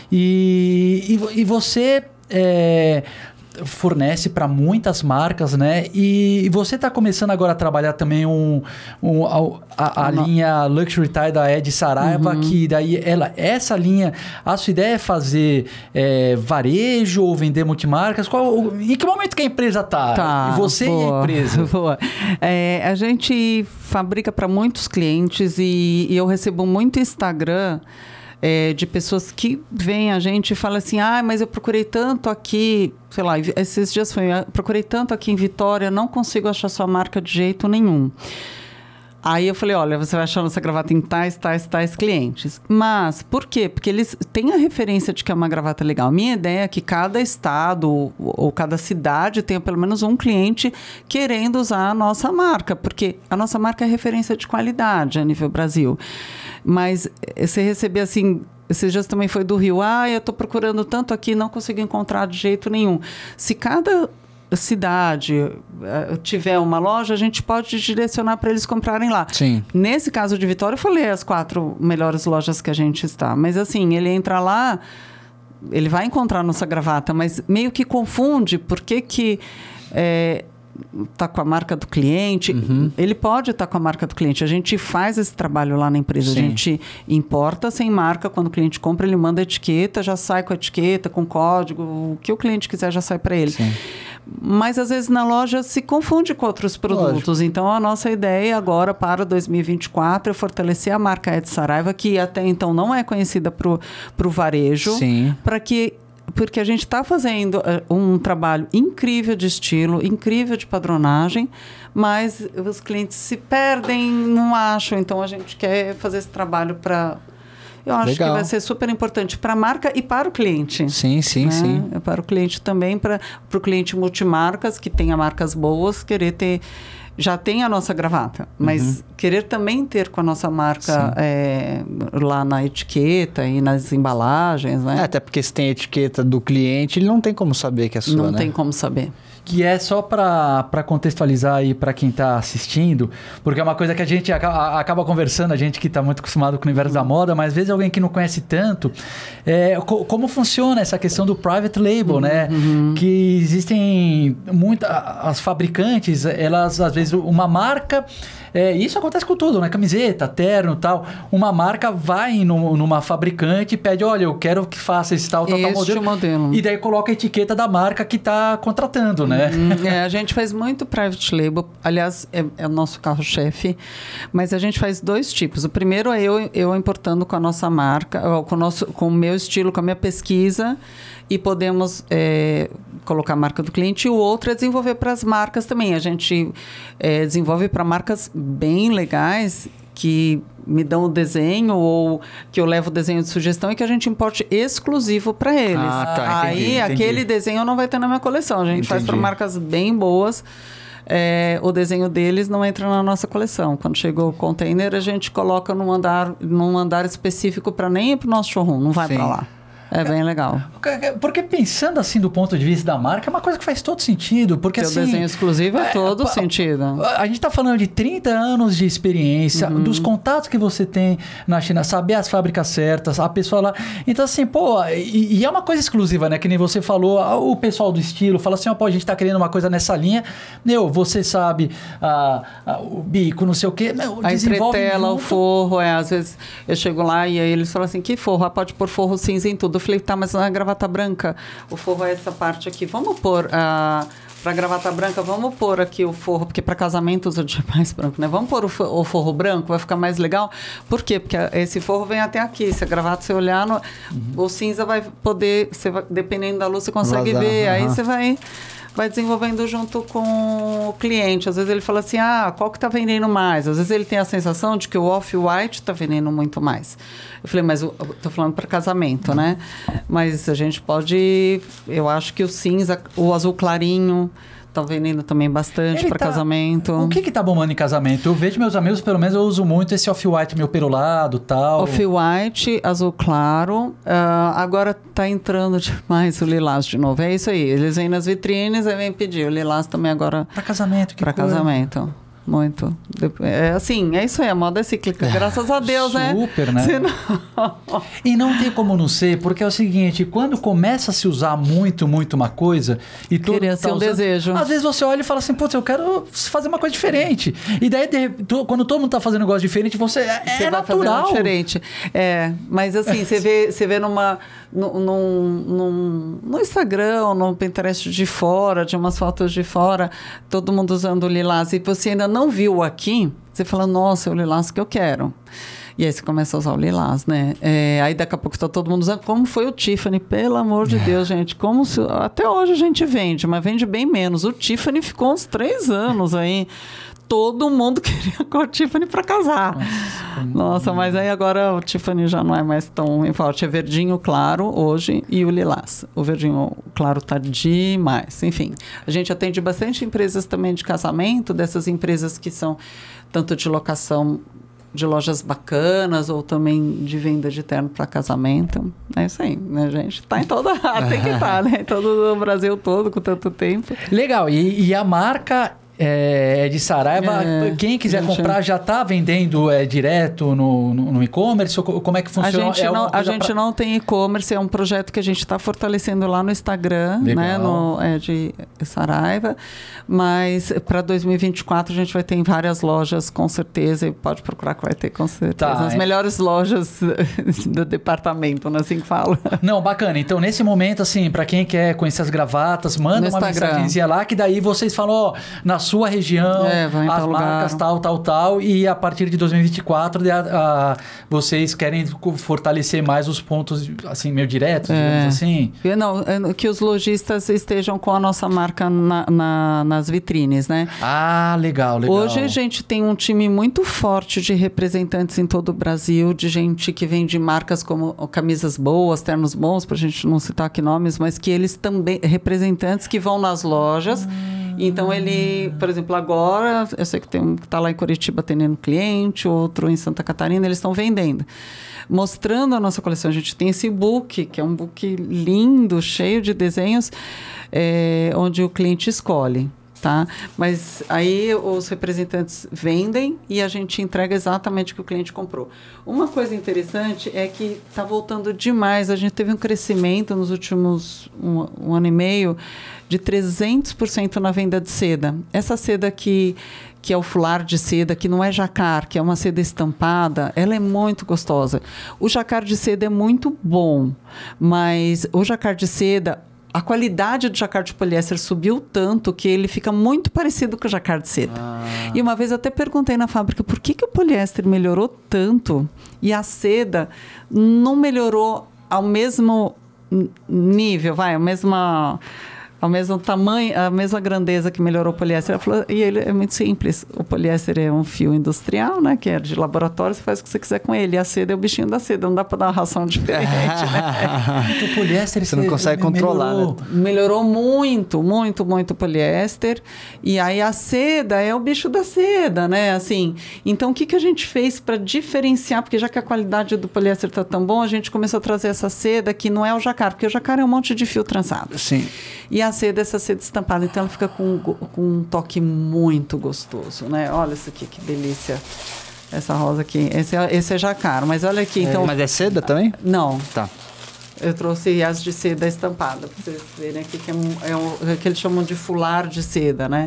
E, e, e você é, fornece para muitas marcas, né? E, e você tá começando agora a trabalhar também um, um, a, a, a linha Luxury Tie da Ed Saraiva, uhum. que daí ela, essa linha, a sua ideia é fazer é, varejo ou vender multimarcas? Qual, em que momento que a empresa tá? Tá, você boa, e a empresa? Boa. É, a gente fabrica para muitos clientes e, e eu recebo muito Instagram É, de pessoas que vêm a gente e falam assim, ah, mas eu procurei tanto aqui, sei lá, esses dias foi, eu procurei tanto aqui em Vitória, não consigo achar sua marca de jeito nenhum. Aí eu falei, olha, você vai achar nossa gravata em tais, tais, tais clientes. Mas, por quê? Porque eles têm a referência de que é uma gravata legal. Minha ideia é que cada estado ou, ou cada cidade tenha pelo menos um cliente querendo usar a nossa marca, porque a nossa marca é referência de qualidade a nível Brasil. Mas você receber assim... Esses dias também foi do Rio. Ah, eu estou procurando tanto aqui, não consigo encontrar de jeito nenhum. Se cada cidade uh, tiver uma loja, a gente pode direcionar para eles comprarem lá. Sim. Nesse caso de Vitória, eu falei as quatro melhores lojas que a gente está. Mas assim, ele entra lá, ele vai encontrar nossa gravata, mas meio que confunde por que que... É, tá com a marca do cliente, uhum. ele pode estar tá com a marca do cliente. A gente faz esse trabalho lá na empresa. Sim. A gente importa sem marca. Quando o cliente compra, ele manda a etiqueta, já sai com a etiqueta, com código, o que o cliente quiser já sai para ele. Sim. Mas, às vezes, na loja se confunde com outros produtos. Lógico. Então, a nossa ideia agora para dois mil e vinte e quatro é fortalecer a marca Ed Saraiva, que até então não é conhecida para o varejo, para que porque a gente está fazendo uh, um trabalho incrível de estilo, incrível de padronagem, mas os clientes se perdem, não acham. Então, a gente quer fazer esse trabalho para... Eu acho Legal. que vai ser super importante para a marca e para o cliente. Sim, sim, né? sim. Para o cliente também, para o cliente multimarcas, que tenha marcas boas, querer ter... Já tem a nossa gravata, mas uhum. querer também ter com a nossa marca é, lá na etiqueta e nas embalagens, né? É, até porque se tem a etiqueta do cliente, ele não tem como saber que é sua, não né? Não tem como saber. Que é só para contextualizar aí para quem está assistindo, porque é uma coisa que a gente acaba, acaba conversando, a gente que está muito acostumado com o universo uhum. da moda, mas às vezes alguém que não conhece tanto, é, co como funciona essa questão do private label, uhum. né? Uhum. Que existem muitas... As fabricantes, elas às vezes uma marca... É, isso acontece com tudo, né? Camiseta, terno e tal. Uma marca vai no, numa fabricante e pede, olha, eu quero que faça esse tal, tal, tal modelo. modelo. E daí coloca a etiqueta da marca que está contratando, né? Uhum. É, a gente faz muito private label. Aliás, é, é o nosso carro-chefe. Mas a gente faz dois tipos. O primeiro é eu, eu importando com a nossa marca, com o, nosso, com o meu estilo, com a minha pesquisa. E podemos é, colocar a marca do cliente. E o outro é desenvolver para as marcas também. A gente é, desenvolve para marcas bem legais que me dão o desenho ou que eu levo o desenho de sugestão e que a gente importe exclusivo para eles. Ah, tá, entendi, Aí, entendi. aquele desenho não vai ter na minha coleção. A gente entendi. faz para marcas bem boas. É, o desenho deles não entra na nossa coleção. Quando chegou o container, a gente coloca num andar, num andar específico para nem ir para o nosso showroom. Não vai para lá. É bem legal. Porque pensando assim do ponto de vista da marca, é uma coisa que faz todo sentido. Porque Seu assim, desenho exclusivo é, é todo a, sentido. A, a gente está falando de trinta anos de experiência, uhum. dos contatos que você tem na China, saber as fábricas certas, a pessoa lá. Então assim, pô, e, e é uma coisa exclusiva, né? Que nem você falou, o pessoal do estilo fala assim, ó, pô, a gente está querendo uma coisa nessa linha. Meu, você sabe a, a, o bico, não sei o quê. Meu, a entretela, junto. o forro, é, às vezes eu chego lá e aí eles falam assim, que forro? Ah, pode pôr forro cinza em tudo. Eu falei, tá, mas na gravata branca, o forro é essa parte aqui. Vamos pôr, uh, para gravata branca, vamos pôr aqui o forro, porque para casamento usa demais branco, né? Vamos pôr o, o forro branco, vai ficar mais legal. Por quê? Porque esse forro vem até aqui. Se a gravata você olhar, no, uhum. o cinza vai poder, você vai, dependendo da luz, você consegue Vazar, ver. Uhum. Aí você vai... vai desenvolvendo junto com o cliente. Às vezes ele fala assim, ah, qual que está vendendo mais? Às vezes ele tem a sensação de que o off-white está vendendo muito mais. Eu falei, mas eu estou falando para casamento, né? Mas a gente pode... Eu acho que o cinza, o azul clarinho tá vendendo também bastante para tá... casamento. O que que tá bombando em casamento? Eu vejo meus amigos, pelo menos eu uso muito esse off-white meio perolado e tal. Off-white, azul claro. Uh, agora tá entrando demais o lilás de novo. É isso aí. Eles vêm nas vitrines e vêm pedir. O lilás também agora... Para casamento, que Para casamento. Muito. É assim, é isso aí, a moda é cíclica. Graças a Deus, né? Super, né? Senão... E não tem como não ser, porque é o seguinte, quando começa a se usar muito, muito uma coisa... e todo Queria tá ser um usando, desejo. Às vezes você olha e fala assim, putz, eu quero fazer uma coisa diferente. E daí, de, tu, quando todo mundo tá fazendo um negócio diferente, você... É, você é vai natural. Fazer diferente. É, mas assim, você vê, você vê numa... Num, num, no Instagram ou no Pinterest de fora, de umas fotos de fora, todo mundo usando o lilás, e você ainda não viu aqui, você fala, nossa, é o lilás que eu quero. E aí você começa a usar o lilás, né? É, aí daqui a pouco está todo mundo usando. Como foi o Tiffany? Pelo amor de Deus, gente. Como se, até hoje a gente vende, mas vende bem menos. O Tiffany ficou uns três anos aí. Todo mundo queria com o Tiffany para casar. Nossa, Nossa, mas aí agora o Tiffany já não é mais tão forte. É verdinho claro hoje e o lilás. O verdinho claro tá demais. Enfim, a gente atende bastante empresas também de casamento, dessas empresas que são tanto de locação de lojas bacanas ou também de venda de terno para casamento. É isso aí, né, gente? Tá em toda... Tem que estar, né? Em todo o Brasil todo, com tanto tempo. Legal. E, e a marca... É, de Saraiva, é, quem quiser gente... comprar já está vendendo é, direto no, no, no e-commerce? Como é que funciona? A gente, é não, a gente pra... não tem e-commerce, é um projeto que a gente está fortalecendo lá no Instagram, né, no, é, de Saraiva, mas para dois mil e vinte e quatro a gente vai ter em várias lojas, com certeza, e pode procurar que vai ter, com certeza. Tá, As é... melhores lojas do departamento, não é assim que fala? Não, bacana. Então, nesse momento, assim, para quem quer conhecer as gravatas, manda no uma mensagenzinha lá, que daí vocês falam, ó, na sua região, é, as marcas lugar. tal, tal, tal, e a partir de dois mil e vinte e quatro a, a, vocês querem fortalecer mais os pontos, assim, meio diretos, é. digamos assim? Não, que os lojistas estejam com a nossa marca na, na, nas vitrines, né? Ah, legal, legal. Hoje a gente tem um time muito forte de representantes em todo o Brasil, de gente que vende marcas como camisas boas, ternos bons, para a gente não citar aqui nomes, mas que eles também, representantes que vão nas lojas. Hum. Então, ele, por exemplo, agora, eu sei que tem um que está lá em Curitiba atendendo cliente, outro em Santa Catarina, eles estão vendendo. Mostrando a nossa coleção. A gente tem esse book, que é um book lindo, cheio de desenhos, é, onde o cliente escolhe. Tá? Mas aí os representantes vendem e a gente entrega exatamente o que o cliente comprou. Uma coisa interessante é que está voltando demais. A gente teve um crescimento nos últimos um, um ano e meio de trezentos por cento na venda de seda. Essa seda que, que é o foulard de seda, que não é jacquard, que é uma seda estampada, ela é muito gostosa. O jacquard de seda é muito bom, mas o jacquard de seda... A qualidade do jacquard de poliéster subiu tanto que ele fica muito parecido com o jacquard de seda. Ah. E uma vez eu até perguntei na fábrica por que, que o poliéster melhorou tanto e a seda não melhorou ao mesmo nível, vai, a mesma... ao mesmo tamanho, a mesma grandeza que melhorou o poliéster. Ela falou, e ele é muito simples. O poliéster é um fio industrial, né? Que é de laboratório, você faz o que você quiser com ele. E a seda é o bichinho da seda, não dá para dar uma ração diferente, né? Então, o poliéster... Você não consegue controlar, melhorou, né? Melhorou muito, muito, muito o poliéster. E aí a seda é o bicho da seda, né? Assim, então, o que, que a gente fez para diferenciar? Porque já que a qualidade do poliéster está tão bom, a gente começou a trazer essa seda que não é o jacquard, porque o jacquard é um monte de fio trançado. Sim. E a seda, essa seda estampada, então ela fica com, com um toque muito gostoso, né? Olha isso aqui, que delícia. Essa rosa aqui, esse é, esse é jacquard, mas olha aqui, então... É, mas é seda também? Não. Tá. Eu trouxe as de seda estampada, para vocês verem aqui, que é, um, é, um, é que eles chamam de foulard de seda, né?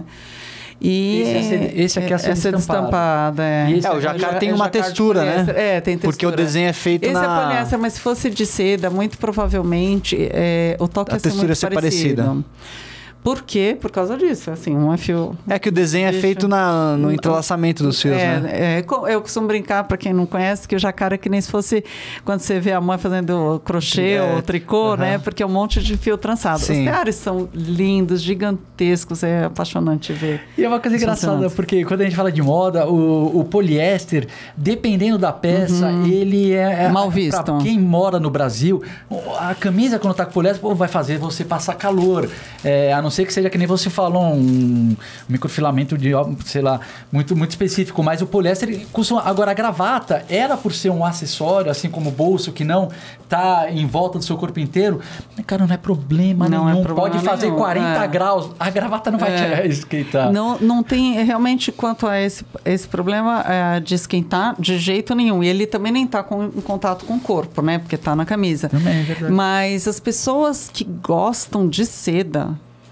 E esse, é seda, esse aqui é a seda, é seda estampada. É. É, o jacquard tem uma textura, né? É, tem textura. Porque o desenho é feito esse na... Esse é poliéster, mas se fosse de seda, muito provavelmente é, o toque a ia ser muito ser parecido. parecida. Por quê? Por causa disso. Assim, um é fio... É que o desenho bicho. é feito na, no entrelaçamento dos fios, é, né? É, eu costumo brincar, para quem não conhece, que o jacquard é que nem se fosse quando você vê a mãe fazendo crochê é, ou tricô, uh-huh. né? Porque é um monte de fio trançado. Sim. Os teares são lindos, gigantescos, é apaixonante ver. E é uma coisa engraçada, porque quando a gente fala de moda, o, o poliéster, dependendo da peça, uhum. ele é... é mal visto. Pra quem mora no Brasil, a camisa quando tá com poliéster, pô, vai fazer você passar calor. É, a não ser que seja que nem você falou, um microfilamento de, sei lá, muito, muito específico, mas o poliéster ele costuma... Agora, a gravata, ela por ser um acessório, assim como o bolso, que não tá em volta do seu corpo inteiro, cara, não é problema não nenhum. É problema Pode fazer nenhum. quarenta é. graus, a gravata não vai é. te esquentar. Não, não tem, realmente, quanto a esse, esse problema é, de esquentar, de jeito nenhum. E ele também nem tá com, em contato com o corpo, né? Porque tá na camisa. Também, é verdade. Mas as pessoas que gostam de seda,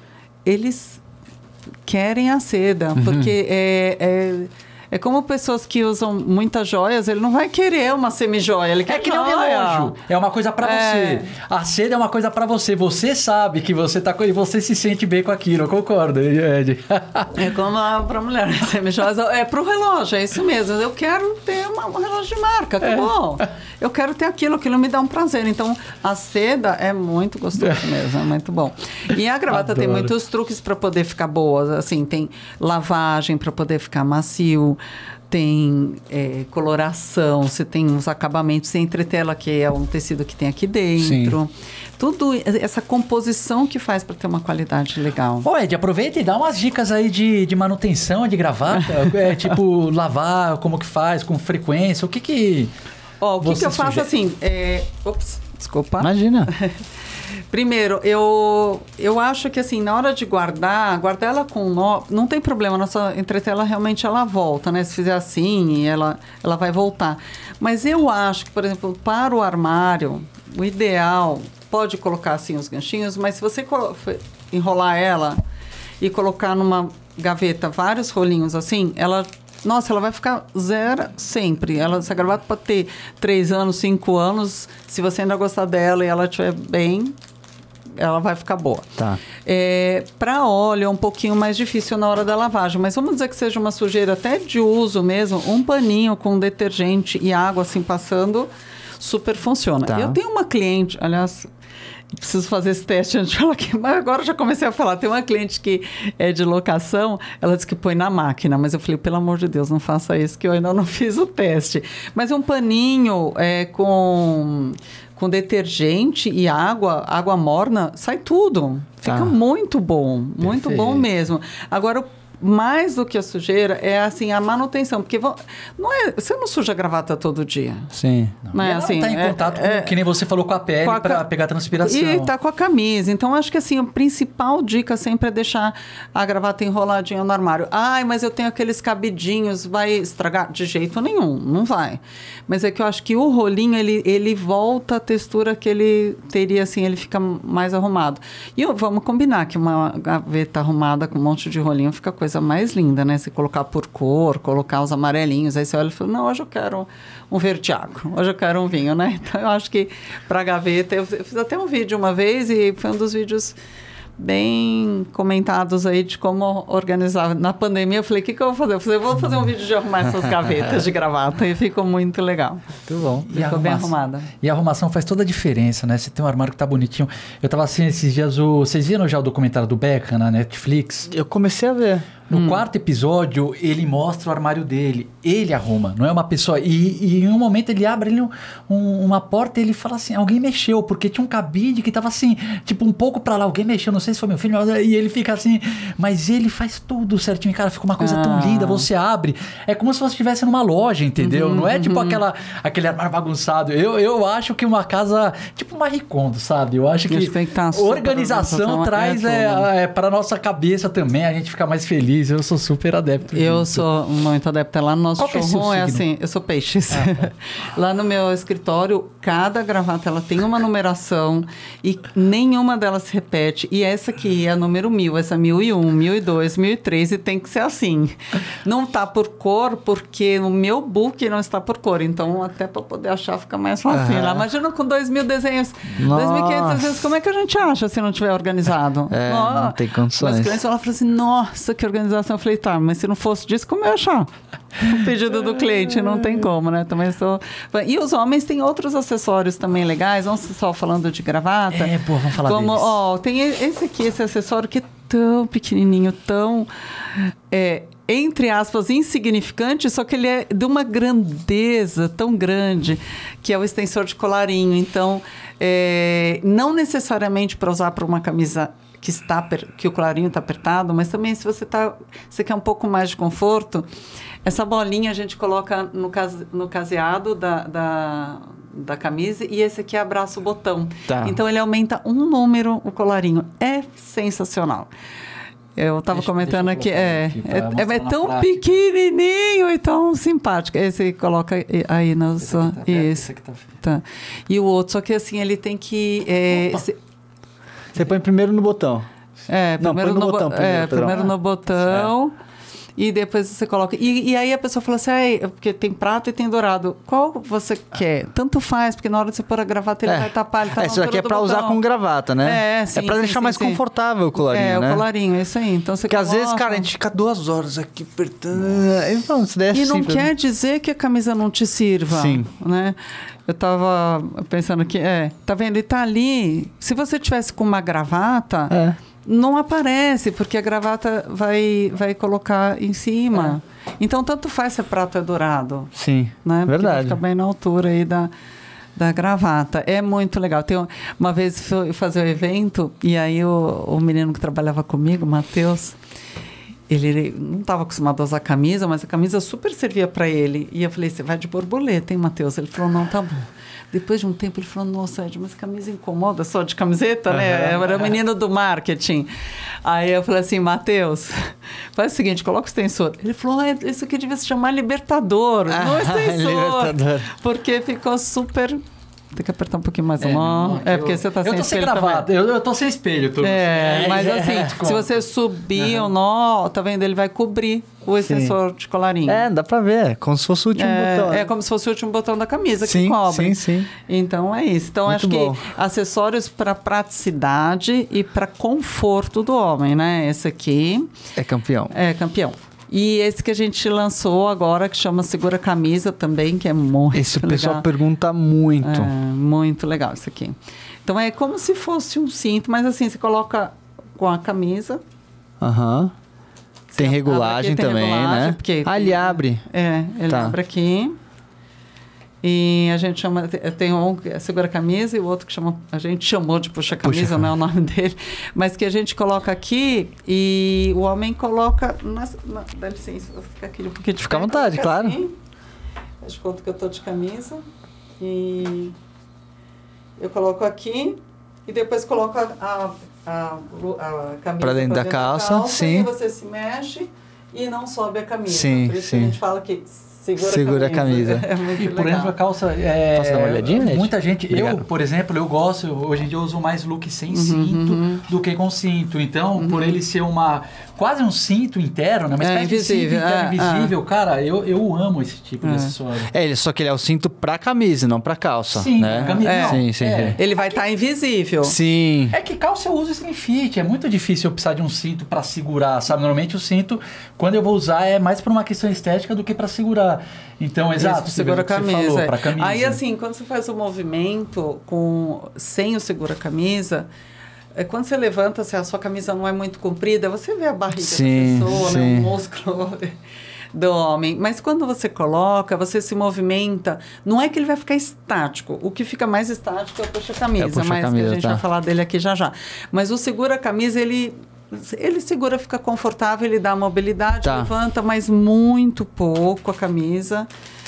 eles querem a seda, uhum. porque é, é, é como pessoas que usam muitas joias, ele não vai querer uma semi-joia, ele quer É que nem um relógio, é uma coisa pra é. você. A seda é uma coisa pra você, você sabe que você tá com ele, você se sente bem com aquilo, eu concordo, Ed. É como a, pra mulher, semi-joias, é pro relógio, é isso mesmo, eu quero ter uma, um relógio de marca, acabou. É. Eu quero ter aquilo, aquilo me dá um prazer. Então, a seda é muito gostoso mesmo, é muito bom. E a gravata Adoro. Tem muitos truques para poder ficar boa. Assim, tem lavagem para poder ficar macio, tem é, coloração, você tem uns acabamentos, tem entretela, que é um tecido que tem aqui dentro. Sim. Tudo, essa composição que faz para ter uma qualidade legal. Ô, Ed, aproveita e dá umas dicas aí de, de manutenção de gravata. é, tipo, lavar, como que faz, com frequência, o que que... Ó, o que, que eu faço assim? É... Ops, desculpa. Imagina. Primeiro, eu, eu acho que assim, na hora de guardar, guardar ela com nó, não tem problema, nossa entretela realmente ela volta, né? Se fizer assim, ela, ela vai voltar. Mas eu acho que, por exemplo, para o armário, o ideal, pode colocar assim os ganchinhos, mas se você enrolar ela e colocar numa gaveta vários rolinhos assim, ela... Nossa, ela vai ficar zero sempre. Ela, essa gravata pode ter três anos, cinco anos. Se você ainda gostar dela e ela estiver bem, ela vai ficar boa. Tá. É, para óleo é um pouquinho mais difícil na hora da lavagem. Mas vamos dizer que seja uma sujeira até de uso mesmo. Um paninho com detergente e água assim passando, super funciona. Tá. Eu tenho uma cliente, aliás... Preciso fazer esse teste antes de falar aqui, mas agora eu já comecei a falar. Tem uma cliente que é de locação, ela disse que põe na máquina, mas eu falei, pelo amor de Deus, não faça isso, que eu ainda não fiz o teste. Mas é um paninho é, com, com detergente e água, água morna, sai tudo. Fica ah, muito bom, muito perfeito. Bom mesmo. Agora, o mais do que a sujeira é assim a manutenção, porque vão, não é, você não suja a gravata todo dia. Sim. Não, não é ela assim, tá em é, contato é, com, que nem você falou, com a pele para pegar a transpiração. E tá com a camisa. Então acho que assim a principal dica sempre é deixar a gravata enroladinha no armário. Ai, mas eu tenho aqueles cabidinhos, vai estragar? De jeito nenhum, não vai. Mas é que eu acho que o rolinho ele ele volta a textura que ele teria assim, ele fica mais arrumado. E eu, vamos combinar que uma gaveta arrumada com um monte de rolinho fica coisa mais linda, né? Se colocar por cor, colocar os amarelinhos, aí você olha e fala, não, hoje eu quero um vertiaco, hoje eu quero um vinho, né? Então, eu acho que para gaveta, eu, eu fiz até um vídeo uma vez e foi um dos vídeos bem comentados aí de como organizar. Na pandemia, eu falei, o que, que eu vou fazer? Eu falei, eu vou fazer um vídeo de arrumar essas gavetas de gravata e ficou muito legal. Muito bom. E ficou bem arrumada. E a arrumação faz toda a diferença, né? Você tem um armário que tá bonitinho. Eu tava assim, esses dias, o... vocês viram já o documentário do Beckham na Netflix? Eu comecei a ver. No hum. quarto episódio, ele mostra o armário dele. Ele arruma, não é uma pessoa... E, e em um momento ele abre ele, um, uma porta e ele fala assim, alguém mexeu, porque tinha um cabide que tava assim, tipo um pouco pra lá, alguém mexeu, não sei se foi meu filho, e ele fica assim, mas ele faz tudo certinho, cara, fica uma coisa ah. tão linda, você abre, é como se você estivesse numa loja, entendeu? Uhum, não é tipo uhum. aquela, aquele armário bagunçado. Eu, eu acho que uma casa, tipo uma Marie Kondo, sabe? Eu acho que, que tá organização traz é, é, é, pra nossa cabeça também, a gente fica mais feliz. Eu sou super adepto. Eu disso. Sou muito adepta. Lá no nosso Qual showroom é, é assim, eu sou peixes. Ah, tá. Lá no meu escritório, cada gravata ela tem uma numeração e nenhuma delas se repete. E essa aqui é a número mil, essa mil e um, mil e dois, mil e três e tem que ser assim. Não tá por cor porque no meu book não está por cor. Então até para poder achar fica mais fácil. Uhum. Imagina com dois mil desenhos, dois mil e quinhentos desenhos, como é que a gente acha se não tiver organizado? É, oh, não tem condições. Mas clientes falam assim, nossa, que organização. Eu falei, tá, mas se não fosse disso, como eu ia achar? O pedido do cliente, não tem como, né? Também sou... E os homens têm outros acessórios também legais, não só falando de gravata. É, pô, vamos falar como, deles. Ó, tem esse aqui, esse acessório que é tão pequenininho, tão... É, entre aspas, insignificante, só que ele é de uma grandeza tão grande, que é o extensor de colarinho. Então, é, não necessariamente para usar para uma camisa que, está, que o colarinho está apertado, mas também se você, tá, você quer um pouco mais de conforto, essa bolinha a gente coloca no, case, no caseado da, da, da camisa e esse aqui abraça o botão. Tá. Então, ele aumenta um número o colarinho. É sensacional. Eu estava comentando aqui, é, aqui é, é, é tão prática. Pequenininho e tão simpático. Esse coloca aí na sua... Tá isso. Aqui tá, tá. E o outro, só que assim, ele tem que... É, se... Você põe primeiro no botão. É, primeiro Não, no, no botão. Primeiro, é, primeiro no botão... É. E depois você coloca... E, e aí a pessoa fala assim, ah, porque tem prato e tem dourado. Qual você quer? Tanto faz, porque na hora de você pôr a gravata, ele é. vai tapar. Ele tá é, isso aqui é pra usar com gravata, né? É, sim, É pra sim, deixar sim, mais sim. confortável o colarinho, é, né? É, o colarinho, é isso aí. Então, você porque coloca... às vezes, cara, a gente fica duas horas aqui apertando... E, pronto, isso daí é e não simples, quer né? dizer que a camisa não te sirva. Sim. Né? Eu tava pensando que... É, tá vendo? Ele tá ali... Se você tivesse com uma gravata... É. Não aparece, porque a gravata vai, vai colocar em cima. É. Então, tanto faz se é prato ou dourado. Sim, né? verdade. Fica bem na altura aí da, da gravata. É muito legal. Tem uma vez fui fazer o evento, e aí o, o menino que trabalhava comigo, o Matheus, ele, ele não estava acostumado a usar camisa, mas a camisa super servia para ele. E eu falei, você vai de borboleta, hein, Matheus? Ele falou, não, tá bom. Depois de um tempo, ele falou, nossa, Ed, mas camisa incomoda só de camiseta, uhum. né? Eu era o menino do marketing. Aí eu falei assim, Matheus, faz o seguinte, coloca o extensor. Ele falou, ah, isso aqui devia se chamar Libertador, ah, não extensor. Libertador. Porque ficou super... Tem que apertar um pouquinho mais é, o nó. É, porque eu, você tá sem espelho. Eu tô sem gravata, eu, eu tô sem espelho. Tô... É, é, mas é, assim, é, se você subir uhum. o nó, tá vendo? Ele vai cobrir o extensor sim. de colarinho. É, dá pra ver. É como se fosse o último é, botão. É como se fosse o último botão da camisa sim, que cobre. Sim, sim. Então é isso. Então, muito acho bom. Que acessórios para praticidade e para conforto do homem, né? Esse aqui... É campeão. É campeão. E esse que a gente lançou agora, que chama Segura Camisa também, que é muito esse legal. Esse o pessoal pergunta muito. É, muito legal isso aqui. Então, é como se fosse um cinto, mas assim, você coloca com a camisa. Aham. Uhum. Tem regulagem aqui, tem também, regulagem, né? Porque, ah, ele abre. É, ele tá. abre aqui. E a gente chama... Tem um que segura a camisa e o outro que chama... A gente chamou de puxa camisa, puxa. Não é o nome dele. Mas que a gente coloca aqui e o homem coloca... Nas, na, dá licença, vou ficar aqui um pouquinho de Fica à vontade, claro. Assim, faz conta que eu tô de camisa. E eu coloco aqui e depois coloco a, a, a, a camisa pra dentro, da, dentro calça, da calça. Sim. E você se mexe e não sobe a camisa. Sim, Por isso sim. que a gente fala que... Segura, Segura a camisa. A camisa. É muito e legal. por exemplo, a calça... É, Posso dar uma olhadinha, Ed? Muita gente... Obrigado. Eu, por exemplo, eu gosto... Hoje em dia eu uso mais look sem uhum, cinto uhum. do que com cinto. Então, uhum. por ele ser uma... Quase um cinto interno, né? Uma espécie é, invisível, de cinto interno é, invisível. É. Cara, eu, eu amo esse tipo é. de acessório. É, ele, só que ele é o cinto pra camisa, não pra calça. Sim, né? camisa, é. não. Sim, sim, é. sim. Ele vai estar tá invisível. Sim. É que calça eu uso slim fit. É muito difícil eu precisar de um cinto pra segurar, sabe? Normalmente o cinto, quando eu vou usar, é mais por uma questão estética do que pra segurar. Então, exato. Isso, segura a camisa. Falou, pra camisa. Aí, assim, quando você faz o movimento com, sem o segura-camisa, é, quando você levanta, se a sua camisa não é muito comprida, você vê a barriga sim, da pessoa, sim. né, o músculo do homem. Mas quando você coloca, você se movimenta, não é que ele vai ficar estático. O que fica mais estático é o puxa-camisa, é puxa mas camisa, a gente tá. vai falar dele aqui já já. Mas o segura-camisa, ele... Ele segura, fica confortável, ele dá mobilidade, tá. levanta, mas muito pouco a camisa.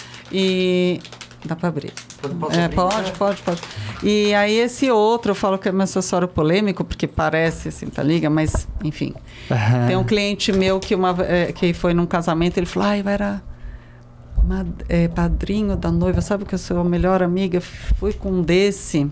E dá para abrir. Pode, é, pode, pode, pode. E aí esse outro, eu falo que é um acessório polêmico, porque parece assim, tá liga, mas enfim. Uhum. Tem um cliente meu que, uma, é, que foi num casamento, ele falou, ai, eu era uma, é, padrinho da noiva, sabe que eu sou a melhor amiga, fui com um desse.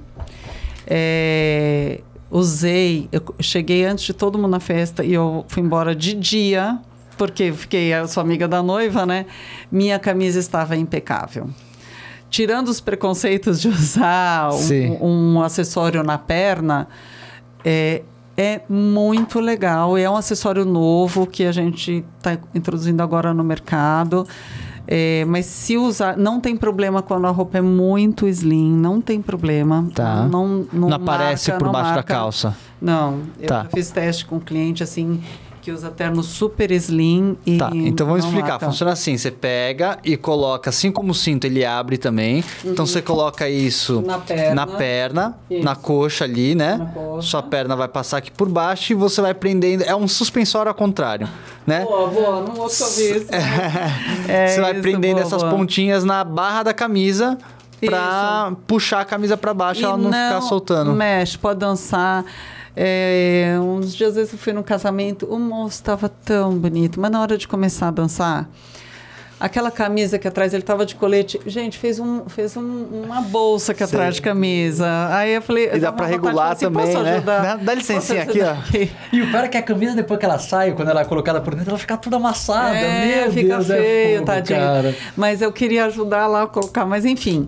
É... Usei, eu cheguei antes de todo mundo na festa e eu fui embora de dia, porque eu fiquei, eu sou amiga da noiva, né? Minha camisa estava impecável. Tirando os preconceitos de usar um, um acessório na perna, é, é muito legal. É um acessório novo que a gente está introduzindo agora no mercado. É, mas se usar, não tem problema quando a roupa é muito slim, não tem problema. Tá. Não, não, não aparece marca, por não baixo marca. da calça. Não, eu tá. fiz teste com um cliente assim, que usa terno super slim e... Tá, então vamos não explicar. lata. Funciona assim, você pega e coloca, assim como o cinto ele abre também, uhum. então você coloca isso na perna, na, perna, isso. na coxa ali, né? Na coxa. Sua perna vai passar aqui por baixo e você vai prendendo, é um suspensório ao contrário, né? Boa, boa, não vou ouvir isso. É, você vai isso, prendendo boa, essas boa. pontinhas na barra da camisa pra isso. puxar a camisa pra baixo e ela não, não ficar soltando. Mexe, pode dançar. É, uns dias eu fui num casamento, o moço estava tão bonito, mas na hora de começar a dançar, aquela camisa que atrás ele tava de colete, gente, fez, um, fez um, uma bolsa aqui atrás de camisa. Aí eu falei... E dá pra regular assim, também, né? Dá, dá licencinha aqui, ó. Aqui? E o pior é que a camisa, depois que ela sai, quando ela é colocada por dentro, ela fica toda amassada. É, Meu fica Deus, feio, é fogo, tadinho. Cara. Mas eu queria ajudar lá a colocar, mas enfim...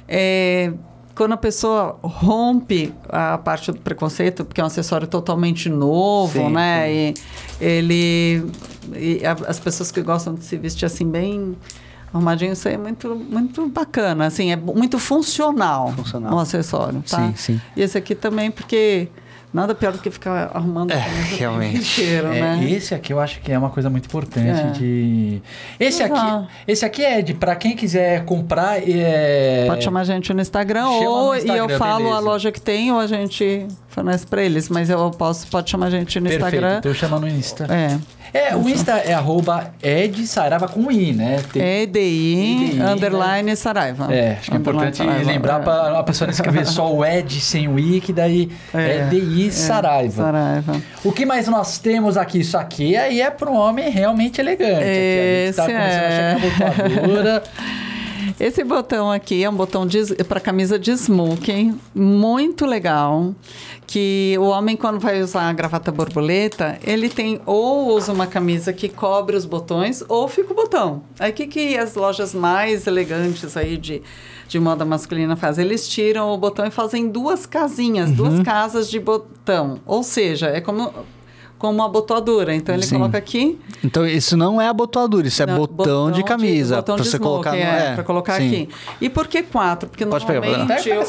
É, quando a pessoa rompe a parte do preconceito, porque é um acessório totalmente novo, sim, né? Sim. E ele... E a, as pessoas que gostam de se vestir assim bem arrumadinho, isso aí é muito, muito bacana. Assim, é muito funcional, funcional. Um acessório, tá? Sim, sim. E esse aqui também, porque... Nada pior do que ficar arrumando é, a camisa realmente. inteiro, é, né? Esse aqui eu acho que é uma coisa muito importante é. de... Esse uhum. aqui, esse aqui é de para quem quiser comprar... É... Pode chamar a gente no Instagram, Chama ou no Instagram, e eu falo beleza. A loja que tem, ou a gente fornece para eles. Mas eu posso, pode chamar a gente no Perfeito, Instagram. Então eu chamo no Insta. É. É, o Insta é arroba Ed Saraiva com I, né? Tem... E D I, underline né? Saraiva. É, acho que é importante Saraiva. lembrar é. para a pessoa não escrever só o Ed sem o I, que daí é, é D I é. Saraiva. Saraiva. O que mais nós temos aqui? Isso aqui aí é para um homem realmente elegante. Esse aqui, a gente tá é. começando a chegar na botadura. Esse botão aqui é um botão para camisa de smoking, muito legal, que o homem, quando vai usar a gravata borboleta, ele tem ou usa uma camisa que cobre os botões ou fica o botão. Aí o que, que as lojas mais elegantes aí de, de moda masculina fazem? Eles tiram o botão e fazem duas casinhas, uhum. duas casas de botão. Ou seja, é como... com uma abotoadura. Então, ele Sim. coloca aqui... Então, isso não é abotoadura, isso não, é botão, botão de camisa. De, botão pra de você smoke, colocar... No... É, é, pra colocar sim. aqui. E por que quatro? Porque Pode normalmente pegar,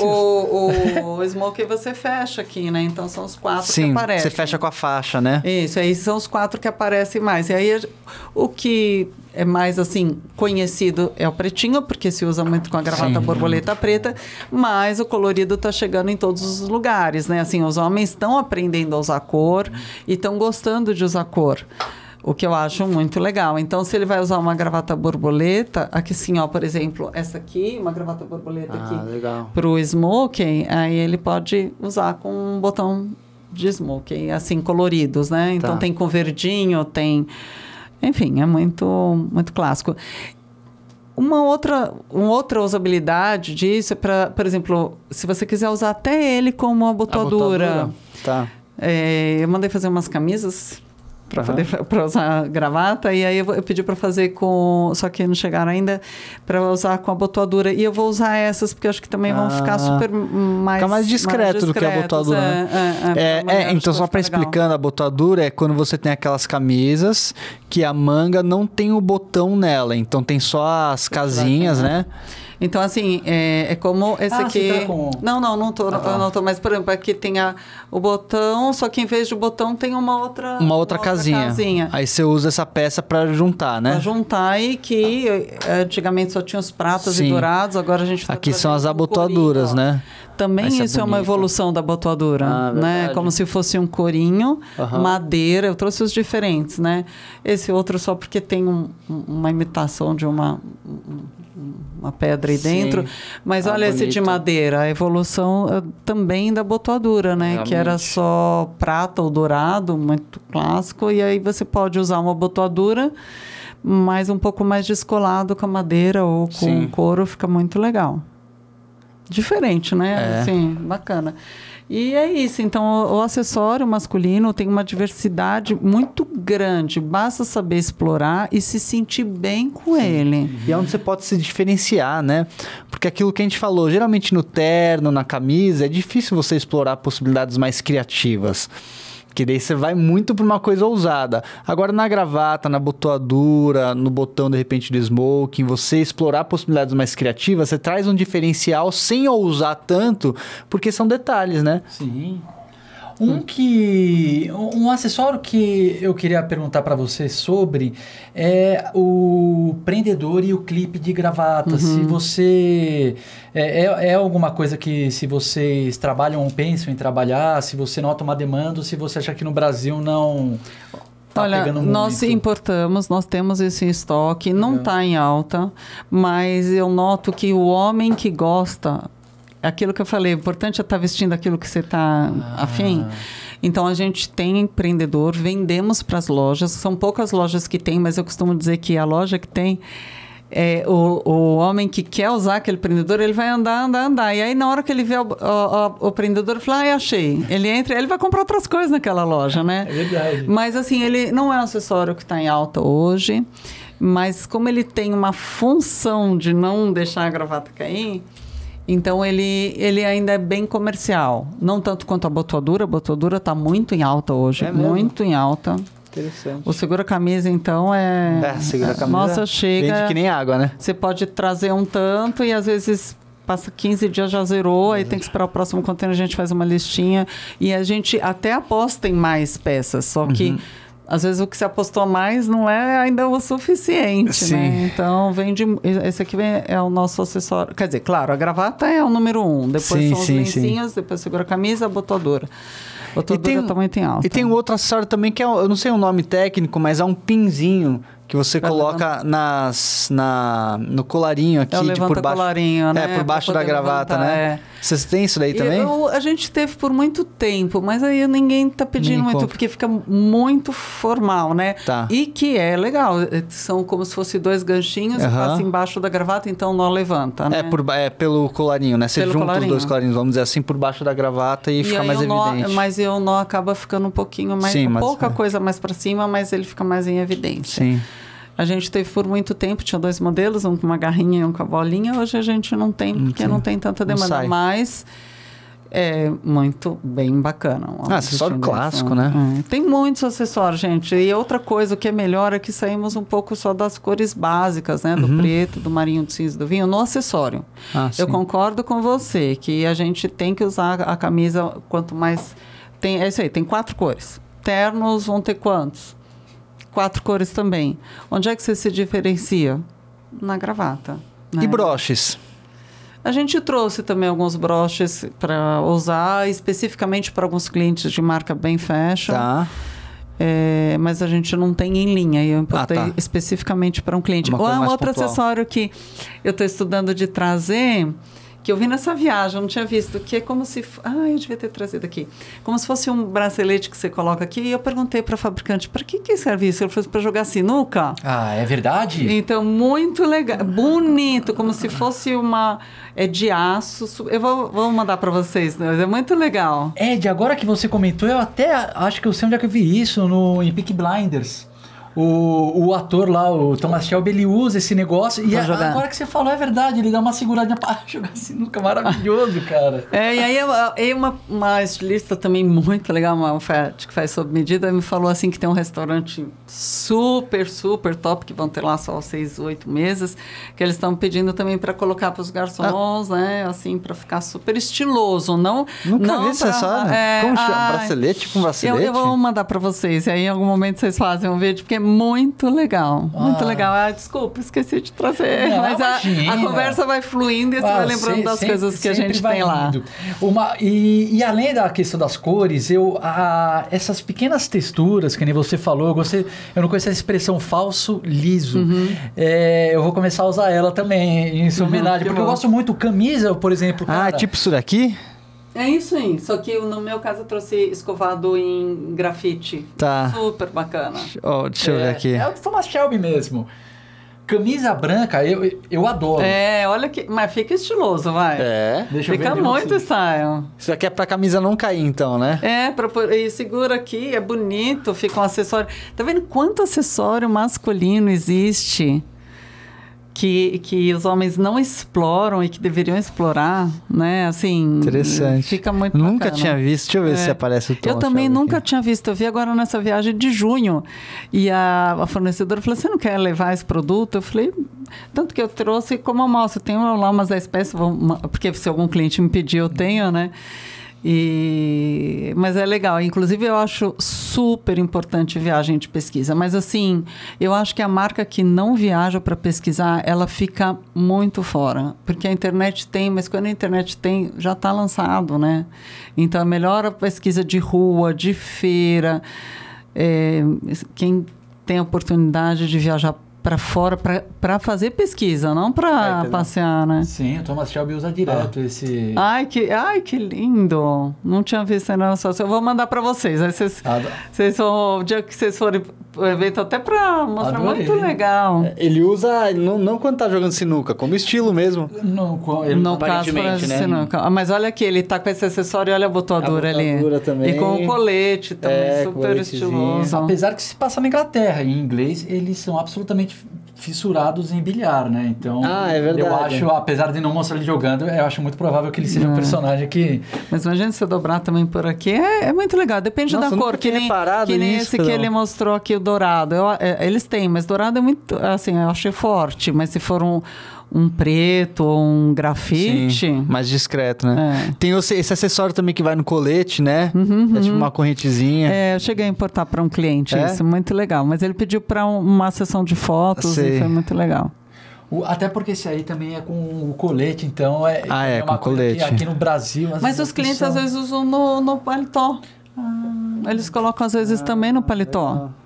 o, o smoke você fecha aqui, né? Então, são os quatro sim, que aparecem. Você fecha com a faixa, né? Isso, aí são os quatro que aparecem mais. E aí, o que é mais, assim, conhecido é o pretinho, porque se usa muito com a gravata sim. borboleta preta, mas o colorido tá chegando em todos os lugares, né? Assim, os homens estão aprendendo a usar cor e estão gostando de usar cor. O que eu acho muito legal. Então, se ele vai usar uma gravata borboleta, aqui sim, ó, por exemplo, essa aqui, uma gravata borboleta ah, aqui legal. Pro smoking, aí ele pode usar com um botão de smoking, assim, coloridos, né? Então, tá. tem com verdinho, tem... Enfim, é muito, muito clássico. Uma outra, uma outra usabilidade disso é para, por exemplo, se você quiser usar até ele como abotoadura. abotoadura. Tá. É, eu mandei fazer umas camisas para poder para usar gravata e aí eu, eu pedi para fazer com, só que não chegaram ainda, para usar com abotoadura e eu vou usar essas porque eu acho que também vão ah, ficar super mais fica mais discreto mais do que a abotoadura, é, né? É, é, é, é então só para explicando, a abotoadura é quando você tem aquelas camisas que a manga não tem o botão nela, então tem só as casinhas, né? Então, assim, é, é como esse ah, aqui... Você tá com... Não, não, não tô, ah, tá. não tô. Mas, por exemplo, aqui tem a, o botão, só que em vez de botão tem uma outra... Uma outra, uma casinha. outra casinha. Aí você usa essa peça para juntar, né? Para juntar e que antigamente só tinha os pratas Sim. e dourados, agora a gente tá aqui são as abotoaduras, corinho, né? Também Essa isso é, é uma evolução da abotoadura, ah, né? Como se fosse um corinho, uhum. madeira. Eu trouxe os diferentes, né? Esse outro só porque tem um, uma imitação de uma... Um, uma pedra aí Sim. dentro, mas ah, olha bonito. Esse de madeira, a evolução uh, também da abotoadura, né? Realmente. Que era só prata ou dourado, muito clássico, e aí você pode usar uma abotoadura, mas um pouco mais descolado com a madeira ou com Sim. couro, fica muito legal. Diferente, né? É. Assim, bacana. E é isso, então o, o acessório masculino tem uma diversidade muito grande, basta saber explorar e se sentir bem com Sim. ele. E é onde você pode se diferenciar, né? Porque aquilo que a gente falou, geralmente no terno, na camisa, é difícil você explorar possibilidades mais criativas. Que daí você vai muito para uma coisa ousada. Agora, na gravata, na abotoadura, no botão, de repente, do smoking, você explorar possibilidades mais criativas, você traz um diferencial sem ousar tanto, porque são detalhes, né? Sim. Um que... Um acessório que eu queria perguntar para você sobre é o prendedor e o clipe de gravata. Uhum. Se você... É, é, é alguma coisa que se vocês trabalham ou pensam em trabalhar, se você nota uma demanda, ou se você acha que no Brasil não... Tá Olha, nós muito. importamos, nós temos esse estoque, não está em alta, mas eu noto que o homem que gosta, aquilo que eu falei, o importante é estar tá vestindo aquilo que você está ah. afim. Então, a gente tem empreendedor, vendemos para as lojas, são poucas lojas que tem, mas eu costumo dizer que a loja que tem... É, o, o homem que quer usar aquele prendedor, ele vai andar, andar, andar. E aí, na hora que ele vê o, o, o prendedor, ele fala, ah, achei. Ele entra, ele vai comprar outras coisas naquela loja, né? É verdade. Mas, assim, ele não é um acessório que está em alta hoje, mas como ele tem uma função de não deixar a gravata cair, então ele, ele ainda é bem comercial. Não tanto quanto a botoadura. A botoadura está muito em alta hoje, é muito em alta. Interessante. O segura-camisa, então, é... É, segura-camisa. Nossa, chega... Vende que nem água, né? Você pode trazer um tanto e, às vezes, passa quinze dias, já zerou, aí tem que esperar o próximo container, a gente faz uma listinha. E a gente até aposta em mais peças, só que... Uhum. Às vezes o que se apostou mais não é ainda o suficiente, Sim. né? Então, vende... Esse aqui é o nosso acessório. Quer dizer, claro, a gravata é o número um. Depois sim, são os sim, lencinhos, sim. depois segura-camisa, a botoadura. E tem, tá muito em alta. E tem um outro acessório também que é, eu não sei o nome técnico, mas é um pinzinho que você pra coloca nas, na, no colarinho aqui, é de por baixo. Colarinho, né? É, por baixo da gravata, levantar, né? É. Vocês têm isso daí também? Eu, a gente teve por muito tempo, mas aí ninguém tá pedindo ninguém muito, compra. Porque fica muito formal, né? Tá. E que é legal. São como se fossem dois ganchinhos, uhum. e passa embaixo da gravata, então não levanta, né? É, por, é pelo colarinho, né? Você pelo junta colarinho. Os dois colarinhos, vamos dizer assim, por baixo da gravata e, e fica mais evidente. Nó, mas o nó acaba ficando um pouquinho mais... Sim, mas, pouca é. coisa mais para cima, mas ele fica mais em evidência. Sim. A gente teve por muito tempo, tinha dois modelos, um com uma garrinha e um com a bolinha. Hoje a gente não tem, porque não tem tanta demanda. Mas é muito bem bacana. Ah, acessório clássico, né? É. Tem muitos acessórios, gente. E outra coisa, o que é melhor é que saímos um pouco só das cores básicas, né? Do uhum. preto, do marinho, do cinza, do vinho, no acessório. Ah, Eu concordo com você que a gente tem que usar a camisa quanto mais... Tem, é isso aí, tem quatro cores. Ternos vão ter quantos? Quatro cores também. Onde é que você se diferencia? Na gravata. Né? E broches? A gente trouxe também alguns broches para usar, especificamente para alguns clientes de marca bem fashion. Tá. É, mas a gente não tem em linha. E eu importei ah, tá. especificamente para um cliente. Ou é um outro pontual. Acessório que eu estou estudando de trazer... que eu vi nessa viagem, eu não tinha visto, que é como se... Ah, eu devia ter trazido aqui. Como se fosse um bracelete que você coloca aqui. E eu perguntei para a fabricante, para que que serve isso? Ele falou, para jogar sinuca. Ah, é verdade? Então, muito legal. Bonito, como se fosse uma... É de aço. Eu vou, vou mandar para vocês, né? É muito legal. Ed, agora que você comentou, eu até acho que eu sei onde é que eu vi isso, no, em Peaky Blinders. O, o ator lá, o Thomas Shelby, ele usa esse negócio. E a, agora que você falou, é verdade, ele dá uma seguradinha pra jogar sinuca. Maravilhoso, cara. É, e aí eu, uma, uma estilista também muito legal, uma oferta que faz sob medida, me falou assim que tem um restaurante super, super top, que vão ter lá só seis, oito meses, que eles estão pedindo também para colocar para os garçons, ah. né? Assim, para ficar super estiloso. Não, Nunca não vi acessório. É, como chama? Ah, bracelete? Tipo um bracelete? Eu, eu vou mandar para vocês, e aí em algum momento vocês fazem um vídeo, porque muito legal, ah. muito legal. Ah, desculpa, esqueci de trazer. Não, mas a, a conversa vai fluindo e você ah, vai lembrando se, das sempre, coisas que a gente tem lá. Uma, e, e além da questão das cores, eu, a, essas pequenas texturas, que nem você falou, eu, gostei, eu não conhecia a expressão falso liso. Uhum. É, eu vou começar a usar ela também em sua uhum, homenagem, porque bom. Eu gosto muito camisa, por exemplo. Ah, cara, tipo isso daqui? É isso aí, só que no meu caso eu trouxe escovado em grafite. Tá. Super bacana. Oh, deixa eu é, ver aqui. É o Thomas Shelby mesmo. Camisa branca, eu, eu adoro. É, olha que... Mas fica estiloso, vai. É. Deixa fica eu ver muito style. Isso aqui é pra camisa não cair, então, né? É, pra, e segura aqui, é bonito, fica um acessório. Tá vendo quanto acessório masculino existe? Que, que os homens não exploram e que deveriam explorar, né? Assim, interessante. Fica muito Nunca bacana. tinha visto. Deixa eu ver é. se aparece o Tom. Eu também Shelby nunca aqui. tinha visto. Eu vi agora nessa viagem de junho. E a, a fornecedora falou, você não quer levar esse produto? Eu falei, tanto que eu trouxe como amostra. Tenho lá umas dez peças, porque se algum cliente me pedir, eu tenho, né? E, mas é legal. Inclusive, eu acho super importante viagem de pesquisa. Mas, assim, eu acho que a marca que não viaja para pesquisar, ela fica muito fora. Porque a internet tem, mas quando a internet tem, já está lançado, né? Então, é melhor a pesquisa de rua, de feira. É, quem tem a oportunidade de viajar para fora para fazer pesquisa, não para passear, né? Sim, o Thomas Shelby usa direto ah. esse... Ai que, ai, que lindo! Não tinha visto ainda só. Eu vou mandar para vocês. Aí vocês, ah, vocês vão, o dia que vocês forem pro evento, até para mostrar. Adorei. Muito legal. Ele usa, não, não quando tá jogando sinuca, como estilo mesmo. Não, ele, no caso para né? sinuca. Mas olha aqui, ele tá com esse acessório e olha a botoadura, a botoadura ali. Também. E com o colete também, é, super estiloso. Apesar que se passa na Inglaterra, em inglês, eles são absolutamente fissurados em bilhar, né? Então, ah, é verdade. Eu acho, apesar de não mostrar ele jogando, eu acho muito provável que ele seja é. um personagem que... Mas imagina se eu dobrar também por aqui, é, é muito legal. Depende Nossa, da cor, que nem, que nem nisso, esse não. que ele mostrou aqui, o dourado. Eu, é, eles têm, mas dourado é muito, assim, eu achei forte. Mas se for um... um preto ou um grafite... Sim, mais discreto, né? É. Tem esse acessório também que vai no colete, né? Uhum, uhum. É tipo uma correntezinha. É, eu cheguei a importar para um cliente é? isso, muito legal. Mas ele pediu para um, uma sessão de fotos Sei. e foi muito legal. O, até porque esse aí também é com o colete, então... É, ah, é, é uma com colete. Aqui no Brasil... Mas os clientes são... às vezes usam no, no paletó. Ah, Eles colocam às vezes ah, também no paletó. É.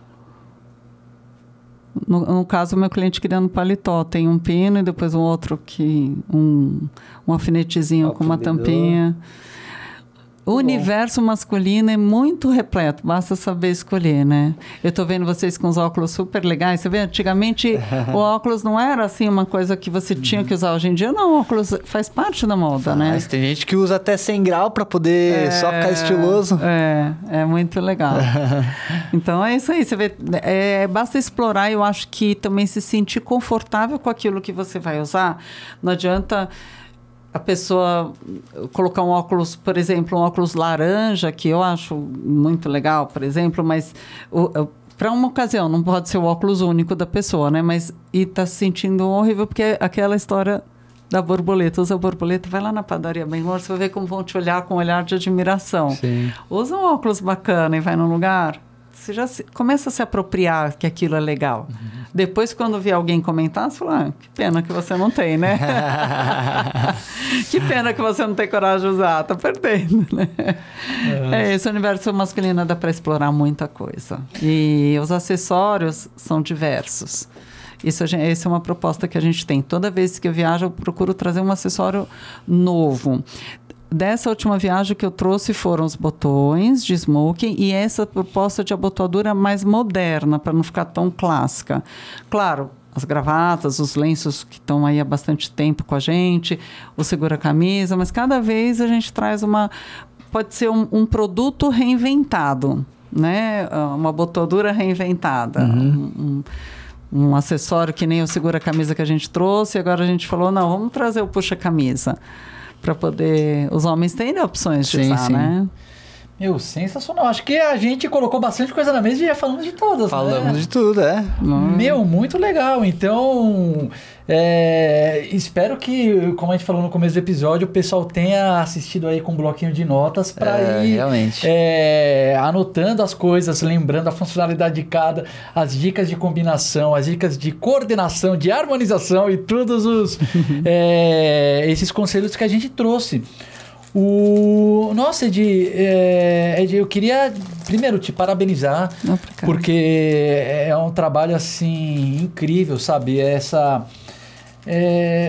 No, no caso, o meu cliente queria no paletó. Tem um pino e depois um outro que... Um, um alfinetezinho com uma tampinha. O Bom. universo masculino é muito repleto. Basta saber escolher, né? Eu tô vendo vocês com os óculos super legais. Você vê, antigamente o óculos não era assim uma coisa que você tinha que usar. Hoje em dia, não. O óculos faz parte da moda, Mas né? Mas tem gente que usa até cem graus para poder é, só ficar estiloso. É, é muito legal. Então, é isso aí. Você vê, é, basta explorar. Eu acho que também se sentir confortável com aquilo que você vai usar. Não adianta... a pessoa colocar um óculos, por exemplo, um óculos laranja, que eu acho muito legal, por exemplo, mas para uma ocasião, não pode ser o óculos único da pessoa, né? Mas e tá se sentindo horrível, porque é aquela história da borboleta. Usa a borboleta, vai lá na padaria bem longe, você vai ver como vão te olhar com um olhar de admiração. Sim. Usa um óculos bacana e vai num lugar... Você já se, começa a se apropriar que aquilo é legal. Uhum. Depois, quando vier alguém comentar, você fala, ah, que pena que você não tem, né? Que pena que você não tem coragem de usar, tá perdendo, né? É, esse universo masculino dá para explorar muita coisa. E os acessórios são diversos. Isso, essa é uma proposta que a gente tem. Toda vez que eu viajo, eu procuro trazer um acessório novo. Dessa última viagem que eu trouxe foram os botões de smoking e essa proposta de abotoadura mais moderna, para não ficar tão clássica. Claro, as gravatas, os lenços que estão aí há bastante tempo com a gente, o segura-camisa, mas cada vez a gente traz uma... Pode ser um, um produto reinventado, né? Uma abotoadura reinventada. Uhum. Um, um, um acessório que nem o segura-camisa que a gente trouxe, e agora a gente falou, não, vamos trazer o puxa-camisa. Para poder... Os homens têm opções de sim, usar, sim. né? Meu, sensacional. Acho que a gente colocou bastante coisa na mesa e já falamos de todas, Falamos né? de tudo, é. Hum. Meu, muito legal. Então, é, espero que, como a gente falou no começo do episódio, o pessoal tenha assistido aí com um bloquinho de notas para é, ir realmente. É, anotando as coisas, lembrando a funcionalidade de cada, as dicas de combinação, as dicas de coordenação, de harmonização e todos os é, esses conselhos que a gente trouxe. O... Nossa, Edi, é... Edi, eu queria primeiro te parabenizar, porque é um trabalho assim incrível, sabe? Essa... É...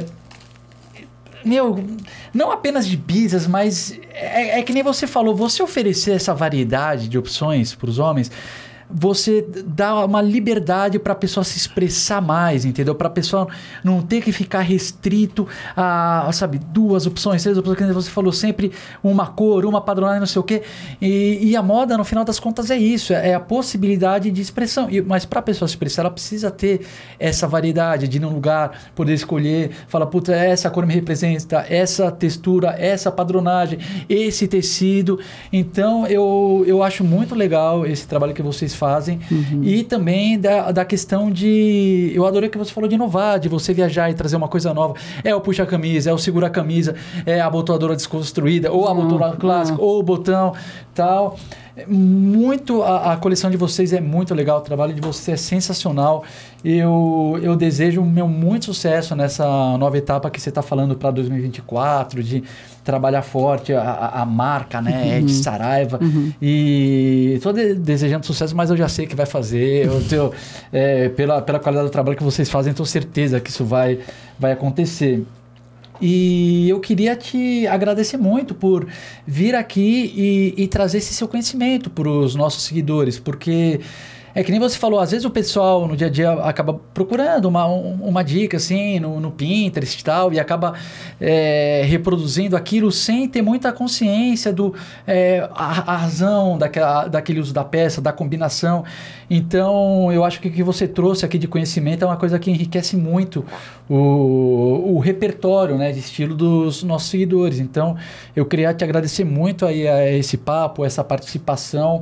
Meu, não apenas de pizzas, mas é, é que nem você falou, você oferecer essa variedade de opções para os homens... Você dá uma liberdade para a pessoa se expressar mais, entendeu? Para a pessoa não ter que ficar restrito a, sabe, duas opções, três opções, que você falou sempre uma cor, uma padronagem, não sei o quê. E, e a moda, no final das contas, é isso, é a possibilidade de expressão. E, mas para a pessoa se expressar, ela precisa ter essa variedade de ir num lugar, poder escolher, falar, puta, essa cor me representa, essa textura, essa padronagem, esse tecido. Então, eu, eu acho muito legal esse trabalho que vocês fazem. Uhum. E também da, da questão de... Eu adorei que você falou de inovar, de você viajar e trazer uma coisa nova. É o puxa-camisa, é o segura-camisa, é a abotoadora desconstruída, ou a abotoadora clássica, ou o botão, tal... Muito, a, a coleção de vocês é muito legal, o trabalho de vocês é sensacional. Eu, eu desejo meu muito sucesso nessa nova etapa que você está falando para dois mil e vinte e quatro, de trabalhar forte a, a marca, né, uhum. de Saraiva. Uhum. E estou de, desejando sucesso, mas eu já sei que vai fazer. Eu tenho, é, pela, pela qualidade do trabalho que vocês fazem, tenho certeza que isso vai, vai acontecer. E eu queria te agradecer muito por vir aqui e, e trazer esse seu conhecimento para os nossos seguidores, porque é que nem você falou, às vezes o pessoal no dia a dia acaba procurando uma, uma dica assim no, no Pinterest e tal, e acaba é, reproduzindo aquilo sem ter muita consciência do é, a, a razão daquela, daquele uso da peça, da combinação. Então eu acho que o que você trouxe aqui de conhecimento é uma coisa que enriquece muito o, o repertório, né, de estilo dos nossos seguidores. Então eu queria te agradecer muito aí a esse papo, essa participação.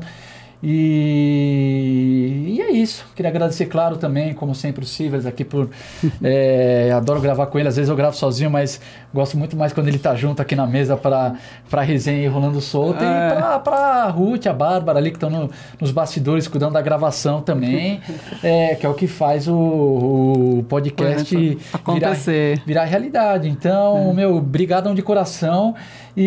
E, e é isso. Queria agradecer, claro, também, como sempre, o Sivers aqui por... é, adoro gravar com ele. Às vezes eu gravo sozinho, mas gosto muito mais quando ele tá junto aqui na mesa para para resenha e rolando solto. É. E para para Ruth, a Bárbara ali, que estão no, nos bastidores cuidando da gravação também, é, que é o que faz o, o podcast acontecer. Virar, virar realidade. Então, é. meu, brigadão de coração.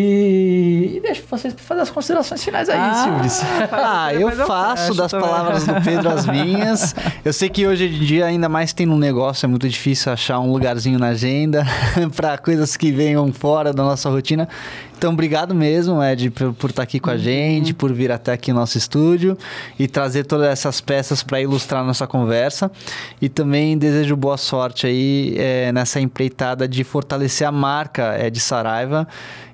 E, e deixa vocês fazer as considerações finais aí, ah, Silves. Ah, eu faço das também. Palavras do Pedro as minhas. Eu sei que hoje em dia, ainda mais tendo um negócio, é muito difícil achar um lugarzinho na agenda para coisas que venham fora da nossa rotina. Então, obrigado mesmo, Ed, por, por estar aqui com a gente, por vir até aqui no nosso estúdio e trazer todas essas peças para ilustrar a nossa conversa. E também desejo boa sorte aí é, nessa empreitada de fortalecer a marca é, de Saraiva,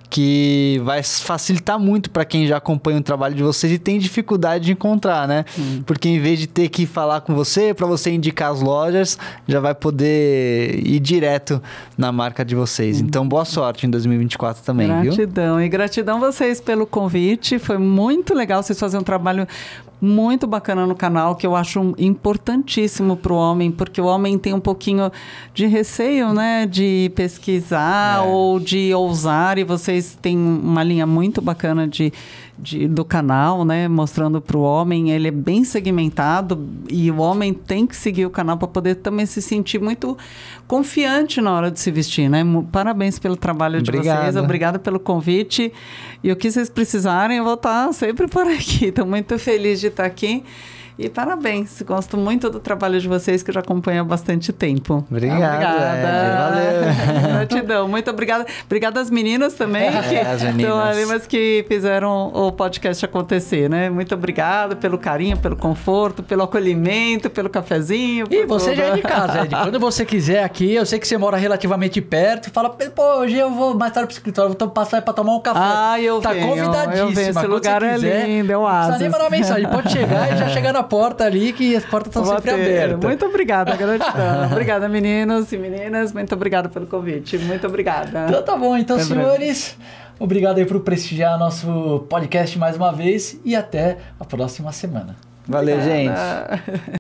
que vai facilitar muito para quem já acompanha o trabalho de vocês e tem dificuldade de encontrar, né? Hum. Porque em vez de ter que falar com você, para você indicar as lojas, já vai poder ir direto na marca de vocês. Hum. Então, boa sorte em dois mil e vinte e quatro também, gratidão. viu? Gratidão. E gratidão vocês pelo convite. Foi muito legal vocês fazerem um trabalho muito bacana no canal, que eu acho importantíssimo para o homem, porque o homem tem um pouquinho de receio, né, de pesquisar é. ou de ousar, e vocês têm uma linha muito bacana de, de, do canal, né, mostrando para o homem. Ele é bem segmentado e o homem tem que seguir o canal para poder também se sentir muito confiante na hora de se vestir, né? Parabéns pelo trabalho de Obrigado. vocês, obrigada pelo convite, e o que vocês precisarem eu vou estar sempre por aqui. Estou muito feliz de estar aqui. E parabéns, gosto muito do trabalho de vocês, que eu já acompanho há bastante tempo. Obrigado, obrigada. Valeu. Gratidão, muito obrigada. Obrigada às meninas também, que é, estão ali, mas que fizeram o podcast acontecer, né? Muito obrigada pelo carinho, pelo conforto, pelo acolhimento, pelo cafezinho. E você tudo. Já é de casa, Ed. Quando você quiser aqui, eu sei que você mora relativamente perto, fala, pô, hoje eu vou mais tarde pro escritório, vou passar para tomar um café. Ah, eu tá venho. convidadíssima. Eu venho. Esse lugar é quiser, lindo, é um oásis. Não precisa nem mandar uma mensagem, pode chegar e já chegar na porta ali, que as portas estão sempre abertas. Muito obrigada, gratidão. Obrigada, meninos e meninas. Muito obrigada pelo convite. Muito obrigada. Então tá bom. Então, é senhores, obrigado aí por prestigiar nosso podcast mais uma vez e até a próxima semana. Valeu, obrigada. Gente.